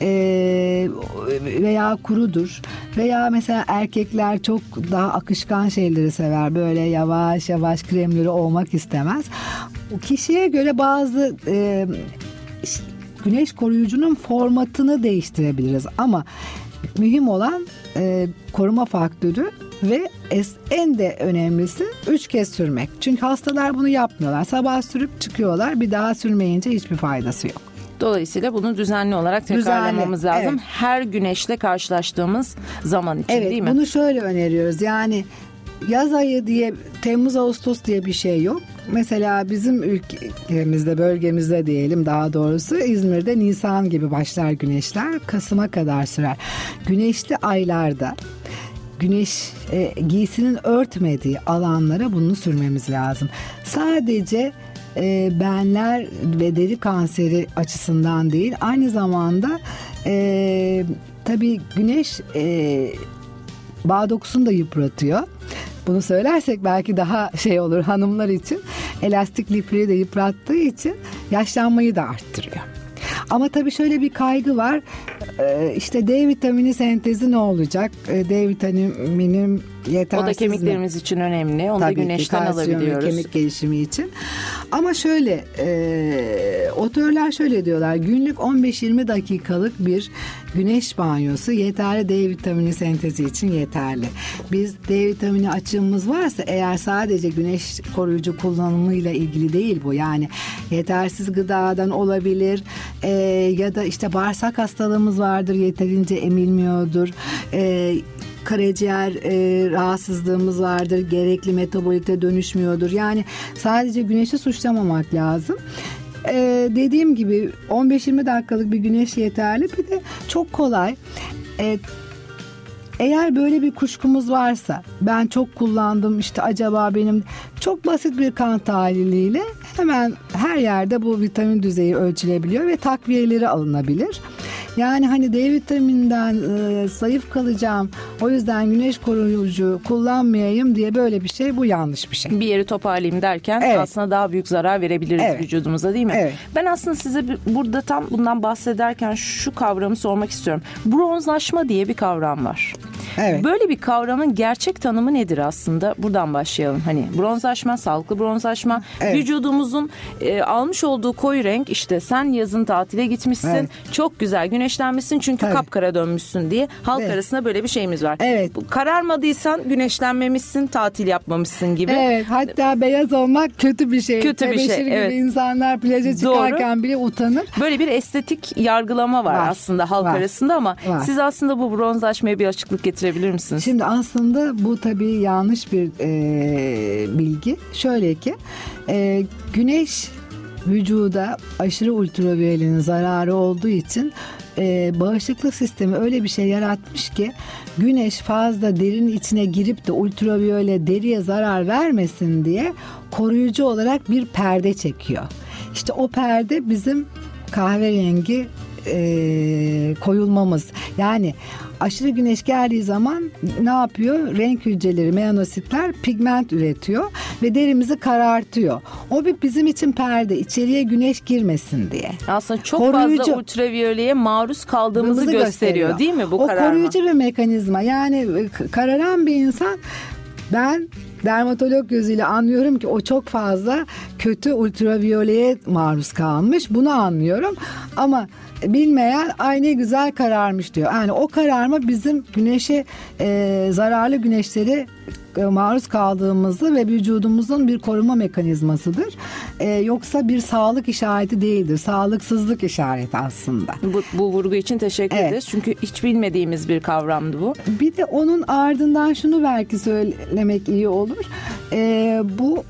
veya kurudur, veya mesela erkekler çok daha akışkan şeyleri sever, böyle yavaş yavaş kremleri olmak istemez. Kişiye göre bazı güneş koruyucunun formatını değiştirebiliriz, ama mühim olan koruma faktörü ve en de önemlisi 3 kez sürmek. Çünkü hastalar bunu yapmıyorlar. Sabah sürüp çıkıyorlar. Bir daha sürmeyince hiçbir faydası yok. Dolayısıyla bunu düzenli olarak tekrarlamamız lazım. Evet. Her güneşle karşılaştığımız zaman için, evet, değil mi? Bunu şöyle öneriyoruz. Yani yaz ayı diye, Temmuz Ağustos diye bir şey yok. Mesela bizim ülkemizde, bölgemizde diyelim daha doğrusu, İzmir'de Nisan gibi başlar güneşler, Kasım'a kadar sürer. Güneşli aylarda güneş giysinin örtmediği alanlara bunu sürmemiz lazım. Sadece benler ve deri kanseri açısından değil, aynı zamanda tabii güneş bağ dokusunu da yıpratıyor. Bunu söylersek belki daha şey olur hanımlar için. Elastik lifleri de yıprattığı için yaşlanmayı da arttırıyor. Ama tabii şöyle bir kaygı var. İşte D vitamini sentezi ne olacak? D vitamini yetersiz mi? O da kemiklerimiz için önemli. Onu da güneşten alabiliyoruz. Kemik gelişimi için. Ama şöyle, otörler şöyle diyorlar. Günlük 15-20 dakikalık bir güneş banyosu yeterli, D vitamini sentezi için yeterli. Biz D vitamini açığımız varsa eğer, sadece güneş koruyucu kullanımıyla ilgili değil bu. Yani yetersiz gıdadan olabilir ya da işte bağırsak hastalığımız vardır, yeterince emilmiyordur. Karaciğer rahatsızlığımız vardır, gerekli metabolite dönüşmüyordur. Yani sadece güneşi suçlamamak lazım. Dediğim gibi 15-20 dakikalık bir güneş yeterli. Bir de çok kolay. Eğer böyle bir kuşkumuz varsa, ben çok kullandım işte acaba benim, çok basit bir kan tahliliyle hemen her yerde bu vitamin düzeyi ölçülebiliyor ve takviyeleri alınabilir. Yani hani D vitamininden zayıf kalacağım, o yüzden güneş koruyucu kullanmayayım diye böyle bir şey, bu yanlış bir şey. Bir yeri toparlayayım derken aslında daha büyük zarar verebiliriz vücudumuza, değil mi? Evet. Ben aslında size burada tam bundan bahsederken şu kavramı sormak istiyorum. Bronzlaşma diye bir kavram var. Evet. Böyle bir kavramın gerçek tanımı nedir aslında? Buradan başlayalım. Hani bronzlaşma, sağlıklı bronzlaşma, vücudumuzun almış olduğu koyu renk, işte sen yazın tatile gitmişsin, çok güzel güneşlenmişsin çünkü kapkara dönmüşsün diye halk arasında böyle bir şeyimiz var. Evet. Kararmadıysan güneşlenmemişsin, tatil yapmamışsın gibi. Evet, hatta beyaz olmak kötü bir şey. Kötü bir şey. Tebeşir gibi insanlar plaja çıkarken bile utanır. Böyle bir estetik yargılama var aslında halk arasında ama siz aslında bu bronzlaşmaya bir açıklık getirebilir misiniz? Şimdi aslında bu tabii yanlış bir bilgi. Şöyle ki güneş vücuda aşırı ultraviyolinin zararı olduğu için bağışıklık sistemi öyle bir şey yaratmış ki güneş fazla derinin içine girip de ultraviyole deriye zarar vermesin diye koruyucu olarak bir perde çekiyor. İşte o perde bizim kahverengi koyulmamız. Yani aşırı güneş geldiği zaman ne yapıyor? Renk hücreleri, melanositler pigment üretiyor ve derimizi karartıyor. O bir bizim için perde, içeriye güneş girmesin diye. Aslında çok fazla ultraviyoleye maruz kaldığımızı gösteriyor, değil mi bu kararma? O koruyucu bir mekanizma. Yani kararan bir insan, ben dermatolog gözüyle anlıyorum ki o çok fazla kötü ultraviyoleye maruz kalmış. Bunu anlıyorum ama bilmeyen ay ne güzel kararmış diyor. Yani o kararma bizim güneşe zararlı güneşlere maruz kaldığımızı ve vücudumuzun bir koruma mekanizmasıdır. Yoksa bir sağlık işareti değildir. Sağlıksızlık işareti aslında. Bu vurgu için teşekkür ederiz. Çünkü hiç bilmediğimiz bir kavramdı bu. Bir de onun ardından şunu belki söylemek iyi olur. Bu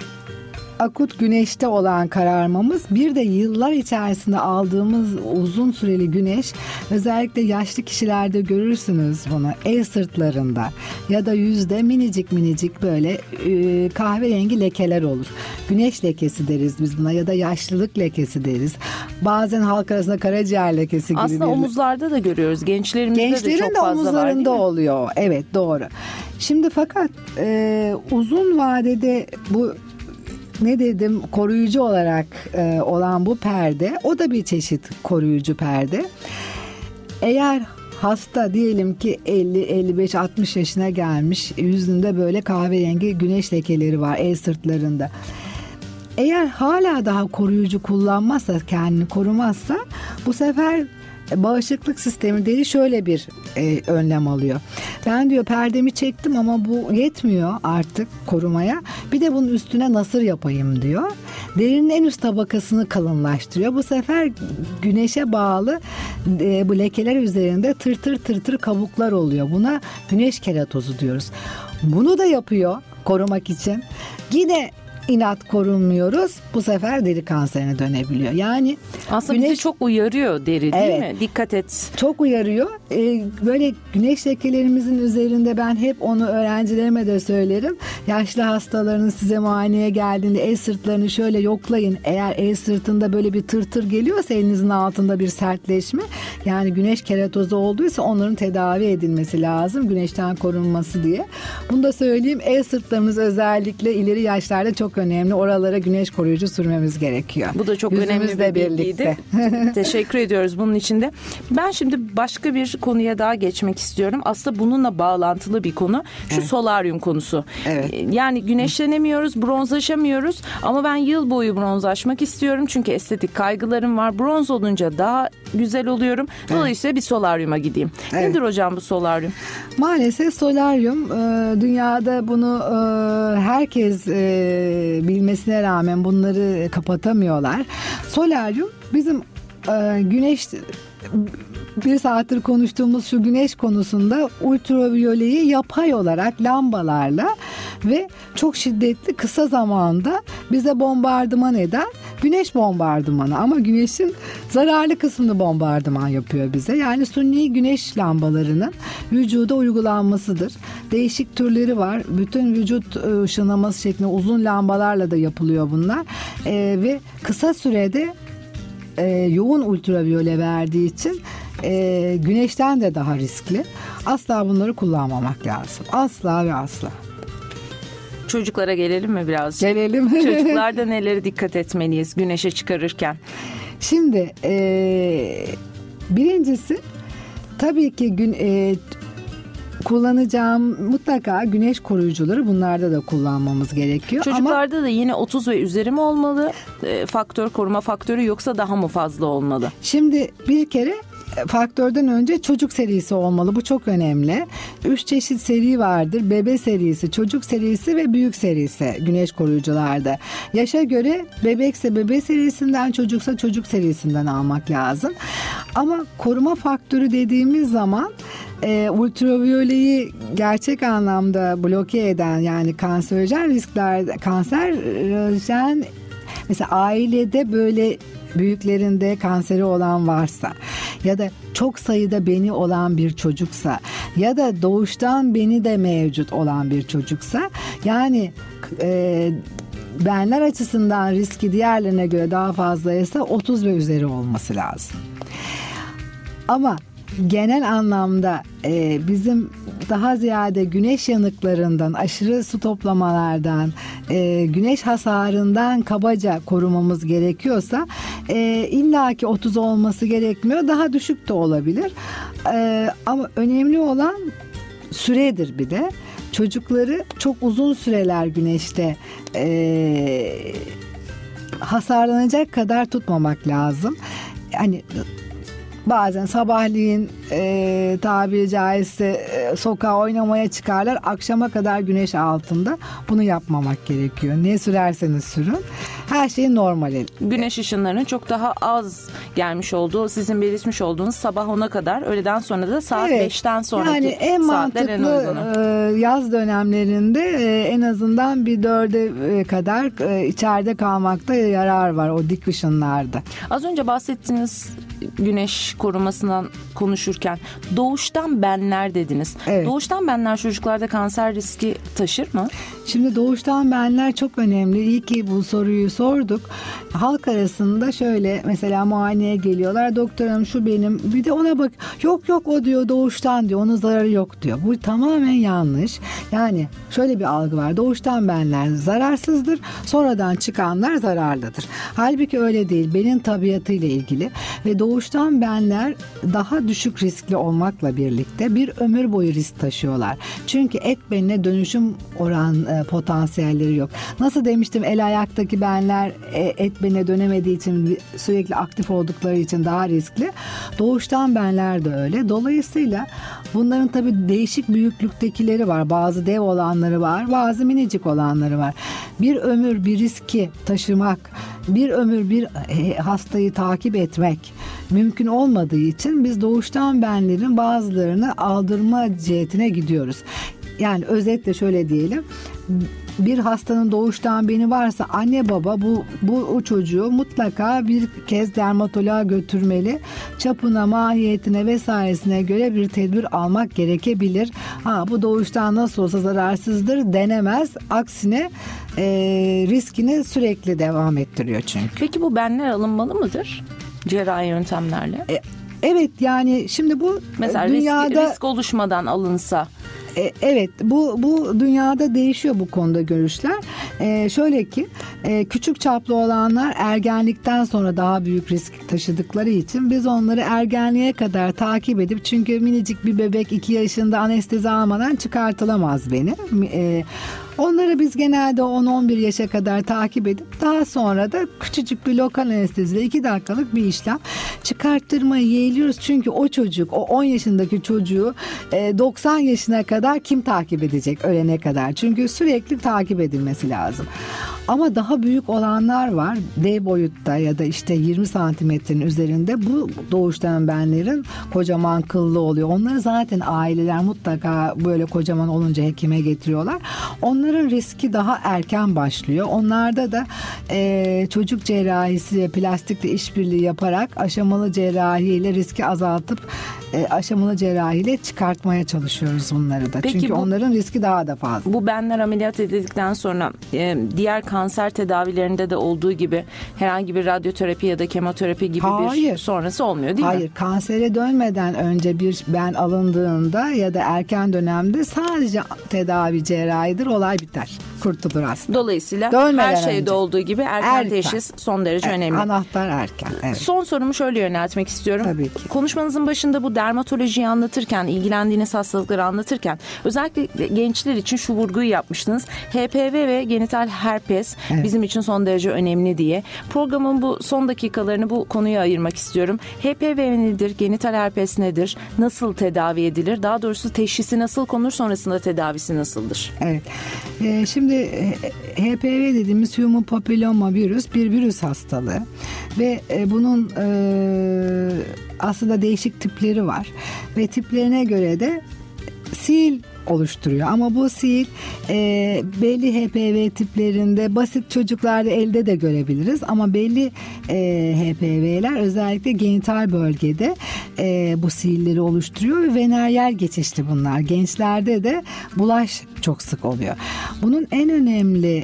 akut güneşte olan kararmamız, bir de yıllar içerisinde aldığımız uzun süreli güneş, özellikle yaşlı kişilerde görürsünüz bunu, el sırtlarında ya da yüzde minicik böyle kahverengi lekeler olur. Güneş lekesi deriz biz buna ya da yaşlılık lekesi deriz. Bazen halk arasında karaciğer lekesi gibi. Aslında omuzlarda da görüyoruz. Gençlerin de çok fazla var. Omuzlarında oluyor. Evet, doğru. Şimdi fakat uzun vadede bu ne dedim, koruyucu olarak olan bu perde, o da bir çeşit koruyucu perde. Eğer hasta diyelim ki 50-55-60 yaşına gelmiş, yüzünde böyle kahverengi güneş lekeleri var el sırtlarında. Eğer hala daha koruyucu kullanmazsa, kendini korumazsa, bu sefer bağışıklık sistemi deri şöyle bir önlem alıyor. Ben diyor perdemi çektim ama bu yetmiyor artık korumaya. Bir de bunun üstüne nasır yapayım diyor. derinin en üst tabakasını kalınlaştırıyor. Bu sefer güneşe bağlı bu lekeler üzerinde tır kabuklar oluyor. Buna güneş keratozu diyoruz. Bunu da yapıyor korumak için. Yine inat korunmuyoruz. Bu sefer deri kanserine dönebiliyor. Yani aslında bizi çok uyarıyor deri, değil mi? Dikkat et. Çok uyarıyor. Böyle güneş lekelerimizin üzerinde ben hep onu öğrencilerime de söylerim. Yaşlı hastaların size muayeneye geldiğinde el sırtlarını şöyle yoklayın. Eğer el sırtında böyle bir tır geliyorsa, elinizin altında bir sertleşme, yani güneş keratozu olduysa onların tedavi edilmesi lazım. Güneşten korunması diye. Bunu da söyleyeyim. El sırtlarımız özellikle ileri yaşlarda çok önemli. Oralara güneş koruyucu sürmemiz gerekiyor. Bu da çok önemli bir bilgiydi. Teşekkür ediyoruz bunun için de. Ben şimdi başka bir konuya daha geçmek istiyorum. Aslında bununla bağlantılı bir konu. Şu solaryum konusu. Evet. Yani güneşlenemiyoruz, bronzlaşamıyoruz ama ben yıl boyu bronzlaşmak istiyorum. Çünkü estetik kaygılarım var. Bronz olunca daha güzel oluyorum. Dolayısıyla bir solaryuma gideyim. Evet. Nedir hocam bu solaryum? Maalesef solaryum, dünyada bunu herkes bilmesine rağmen bunları kapatamıyorlar. Solaryum bizim güneş, bir saattir konuştuğumuz şu güneş konusunda ultraviyoleyi yapay olarak lambalarla ve çok şiddetli kısa zamanda bize bombardıman eden güneş bombardımanı, ama güneşin zararlı kısmını bombardıman yapıyor bize. Yani suni güneş lambalarının vücuda uygulanmasıdır. Değişik türleri var. Bütün vücut ışınlaması şeklinde uzun lambalarla da yapılıyor bunlar. Ve kısa sürede yoğun ultraviyole verdiği için güneşten de daha riskli. Asla bunları kullanmamak lazım. Asla ve asla. Çocuklara gelelim mi biraz? Gelelim. Çocuklarda nelere dikkat etmeliyiz güneşe çıkarırken? Şimdi birincisi tabii ki kullanacağım mutlaka güneş koruyucuları, bunlarda da kullanmamız gerekiyor. Çocuklarda da yine 30 ve üzeri mi olmalı koruma faktörü, yoksa daha mı fazla olmalı? Şimdi bir kere faktörden önce çocuk serisi olmalı. Bu çok önemli. 3 çeşit seri vardır. Bebe serisi, çocuk serisi ve büyük serisi güneş koruyucularda. Yaşa göre bebekse bebe serisinden, çocuksa çocuk serisinden almak lazım. Ama koruma faktörü dediğimiz zaman ultraviyoleyi gerçek anlamda bloke eden, yani kanserojen risklerde, kanserojen, mesela ailede böyle büyüklerinde kanseri olan varsa ya da çok sayıda beni olan bir çocuksa ya da doğuştan beni de mevcut olan bir çocuksa, yani benler açısından riski diğerlerine göre daha fazlaysa 30 ve üzeri olması lazım. Ama genel anlamda bizim daha ziyade güneş yanıklarından, aşırı su toplamalardan, güneş hasarından kabaca korumamız gerekiyorsa illaki 30 olması gerekmiyor. Daha düşük de olabilir. Ama önemli olan süredir bir de. Çocukları çok uzun süreler güneşte hasarlanacak kadar tutmamak lazım. Hani bazen sabahleyin tabiri caizse sokağa oynamaya çıkarlar. Akşama kadar güneş altında. Bunu yapmamak gerekiyor. Ne sürerseniz sürün. Her şey normal. Güneş ışınlarının çok daha az gelmiş olduğu, sizin belirtmiş olduğunuz sabah 10'a kadar, öğleden sonra da saat 5'ten sonraki yani en mantıklı yaz dönemlerinde en azından bir 4'e kadar içeride kalmakta yarar var o dik ışınlarda. Az önce bahsettiğiniz güneş korumasından konuşurken doğuştan benler dediniz. Evet. Doğuştan benler çocuklarda kanser riski taşır mı? Şimdi doğuştan benler çok önemli. İyi ki bu soruyu sorduk. Halk arasında şöyle, mesela muayeneye geliyorlar. Doktor hanım şu benim. Bir de ona bak. Yok o diyor, doğuştan diyor. Onun zararı yok diyor. Bu tamamen yanlış. Yani şöyle bir algı var. Doğuştan benler zararsızdır. Sonradan çıkanlar zararlıdır. Halbuki öyle değil. Benin tabiatıyla ilgili ve doğuştan benler daha düşük riskli olmakla birlikte bir ömür boyu risk taşıyorlar. Çünkü et benine dönüşüm potansiyelleri yok. Nasıl demiştim, el ayaktaki benler et benine dönemediği için, sürekli aktif oldukları için daha riskli. Doğuştan benler de öyle. Dolayısıyla bunların tabii değişik büyüklüktekileri var. Bazı dev olanları var, bazı minicik olanları var. Bir ömür bir riski taşımak, bir ömür bir hastayı takip etmek mümkün olmadığı için biz doğuştan benlerin bazılarını aldırma cihetine gidiyoruz. Yani özetle şöyle diyelim. Bir hastanın doğuştan beni varsa anne baba bu çocuğu mutlaka bir kez dermatoloğa götürmeli. Çapına, mahiyetine vesairesine göre bir tedbir almak gerekebilir. Bu doğuştan nasıl olsa zararsızdır denemez. Aksine riskini sürekli devam ettiriyor çünkü. Peki bu benler alınmalı mıdır cerrahi yöntemlerle? Evet, yani şimdi bu mesela dünyada risk oluşmadan alınsa. Evet, bu dünyada değişiyor bu konuda görüşler. Şöyle ki küçük çaplı olanlar ergenlikten sonra daha büyük risk taşıdıkları için biz onları ergenliğe kadar takip edip, çünkü minicik bir bebek 2 yaşında anestezi almadan çıkartılamaz benim. Onları biz genelde 10-11 yaşa kadar takip edip daha sonra da küçücük bir lokal anesteziyle 2 dakikalık bir işlem çıkarttırmayı yeğliyoruz. Çünkü o çocuk, o 10 yaşındaki çocuğu 90 yaşına kadar kim takip edecek ölene kadar? Çünkü sürekli takip edilmesi lazım. Ama daha büyük olanlar var. D boyutta ya da işte 20 santimetrenin üzerinde, bu doğuştan benlerin kocaman kıllı oluyor. Onları zaten aileler mutlaka böyle kocaman olunca hekime getiriyorlar. Onların riski daha erken başlıyor. Onlarda da çocuk cerrahisi ve plastikle işbirliği yaparak aşamalı cerrahiyle riski azaltıp aşamalı cerrahiyle çıkartmaya çalışıyoruz bunları da. Peki çünkü onların riski daha da fazla. Bu benler ameliyat edildikten sonra diğer kanser tedavilerinde de olduğu gibi herhangi bir radyoterapi ya da kemoterapi gibi bir sonrası olmuyor değil mi? Hayır, kansere dönmeden önce bir ben alındığında ya da erken dönemde sadece tedavi cerrahidir, olay biter. Kurtulur aslında. Dolayısıyla dönmeden her şeyde önce olduğu gibi erken teşhis son derece önemli. Anahtar erken. Evet. Son sorumu şöyle yöneltmek istiyorum. Tabii ki. Konuşmanızın başında bu dermatolojiyi anlatırken, ilgilendiğiniz hastalıkları anlatırken özellikle gençler için şu vurguyu yapmıştınız. HPV ve genital herpes bizim için son derece önemli diye. Programın bu son dakikalarını bu konuya ayırmak istiyorum. HPV nedir? Genital herpes nedir? Nasıl tedavi edilir? Daha doğrusu teşhisi nasıl konur? Sonrasında tedavisi nasıldır? Evet. Şimdi HPV dediğimiz Human Papilloma virüs bir virüs hastalığı ve bunun aslında değişik tipleri var ve tiplerine göre de sil oluşturuyor. Ama bu sil belli HPV tiplerinde basit çocuklarda elde de görebiliriz. Ama belli HPV'ler özellikle genital bölgede bu silleri oluşturuyor ve veneryal geçişli bunlar. Gençlerde de bulaş çok sık oluyor. Bunun en önemli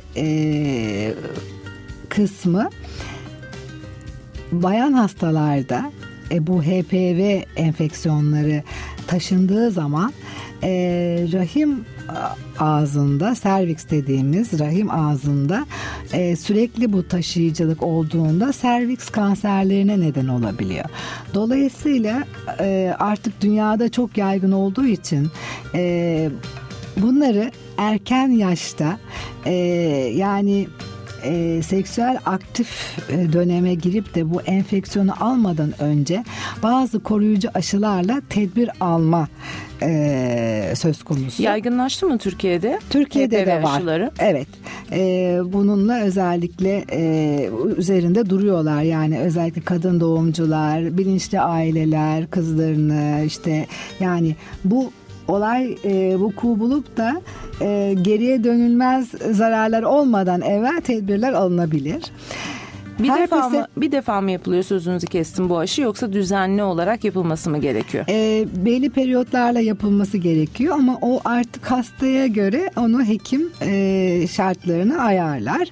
kısmı bayan hastalarda bu HPV enfeksiyonları taşındığı zaman rahim ağzında, serviks dediğimiz rahim ağzında sürekli bu taşıyıcılık olduğunda serviks kanserlerine neden olabiliyor. Dolayısıyla artık dünyada çok yaygın olduğu için bunları erken yaşta yani seksüel aktif döneme girip de bu enfeksiyonu almadan önce bazı koruyucu aşılarla tedbir alma söz konusu. Yaygınlaştı mı Türkiye'de? Türkiye'de HPV de var. Aşıları? Evet. Bununla özellikle üzerinde duruyorlar. Yani özellikle kadın doğumcular, bilinçli aileler, kızlarını işte yani bu olay vuku bulup da geriye dönülmez zararlar olmadan evvel tedbirler alınabilir. Bir defa mı yapılıyor, sözünüzü kestim, bu aşı, yoksa düzenli olarak yapılması mı gerekiyor? Belli periyotlarla yapılması gerekiyor ama o artık hastaya göre onu hekim şartlarını ayarlar.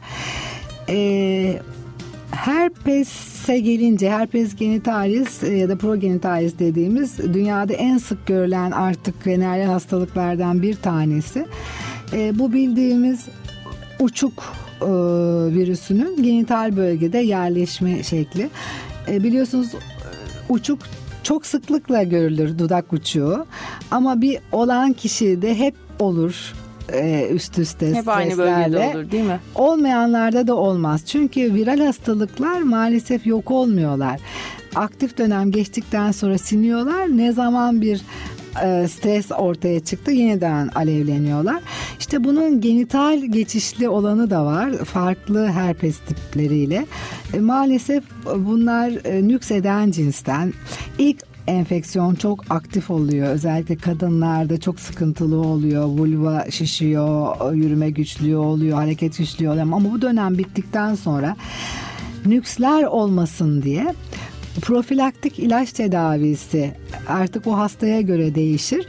Herpes'e gelince, herpes genitalis ya da progenitalis dediğimiz dünyada en sık görülen artık veneryal hastalıklardan bir tanesi. Bu bildiğimiz uçuk virüsünün genital bölgede yerleşme şekli. Biliyorsunuz uçuk çok sıklıkla görülür dudak uçuğu ama bir olan kişide hep olur. Üst üste hep aynı bölgede olur değil mi? Olmayanlarda da olmaz. Çünkü viral hastalıklar maalesef yok olmuyorlar. Aktif dönem geçtikten sonra siniyorlar. Ne zaman bir stres ortaya çıktı yeniden alevleniyorlar. İşte bunun genital geçişli olanı da var. Farklı herpes tipleriyle. Maalesef bunlar nükseden cinsten. İlk enfeksiyon çok aktif oluyor. Özellikle kadınlarda çok sıkıntılı oluyor. Vulva şişiyor, yürüme güçlüğü oluyor, hareket güçlüğü oluyor. Ama bu dönem bittikten sonra nüksler olmasın diye profilaktik ilaç tedavisi artık o hastaya göre değişir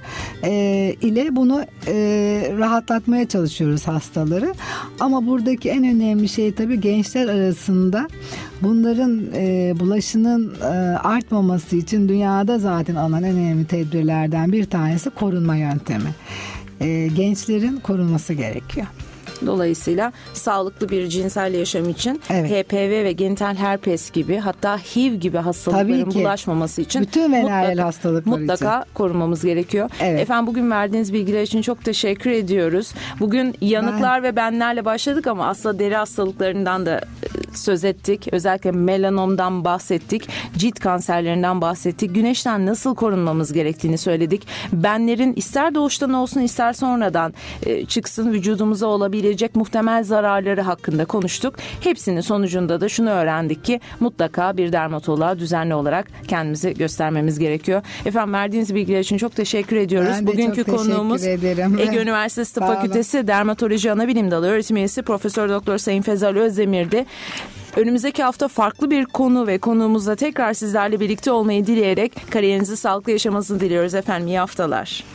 ile bunu rahatlatmaya çalışıyoruz hastaları. Ama buradaki en önemli şey tabii gençler arasında bunların bulaşının artmaması için dünyada zaten alınan en önemli tedbirlerden bir tanesi korunma yöntemi. Gençlerin korunması gerekiyor. Dolayısıyla sağlıklı bir cinsel yaşam için HPV ve genital herpes gibi hatta HIV gibi hastalıkların bulaşmaması için bütün venerel hastalıklar mutlaka için korunmamız gerekiyor. Evet. Efendim bugün verdiğiniz bilgiler için çok teşekkür ediyoruz. Bugün yanıklar ve benlerle başladık ama aslında deri hastalıklarından da söz ettik. Özellikle melanomdan bahsettik. Cilt kanserlerinden bahsettik. Güneşten nasıl korunmamız gerektiğini söyledik. Benlerin ister doğuştan olsun ister sonradan çıksın vücudumuza olabilecek muhtemel zararları hakkında konuştuk. Hepsinin sonucunda da şunu öğrendik ki mutlaka bir dermatoloğa düzenli olarak kendimizi göstermemiz gerekiyor. Efendim verdiğiniz bilgiler için çok teşekkür ediyoruz. Ben de bugünkü çok konuğumuz Ege Üniversitesi Tıp Fakültesi Dermatoloji Anabilim Dalı öğretim üyesi Profesör Doktor Sayın Fezal Özdemir'di. Önümüzdeki hafta farklı bir konu ve konuğumuzla tekrar sizlerle birlikte olmayı dileyerek kariyerinizi sağlıklı yaşamasını diliyoruz efendim. İyi haftalar.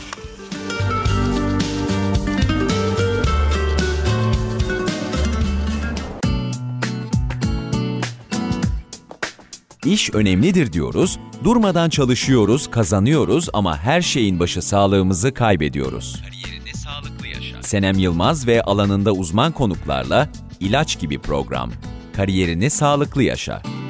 İş önemlidir diyoruz, durmadan çalışıyoruz, kazanıyoruz ama her şeyin başı sağlığımızı kaybediyoruz. Kariyerinde sağlıklı yaşa. Senem Yılmaz ve alanında uzman konuklarla ilaç gibi program. Kariyerini sağlıklı yaşa.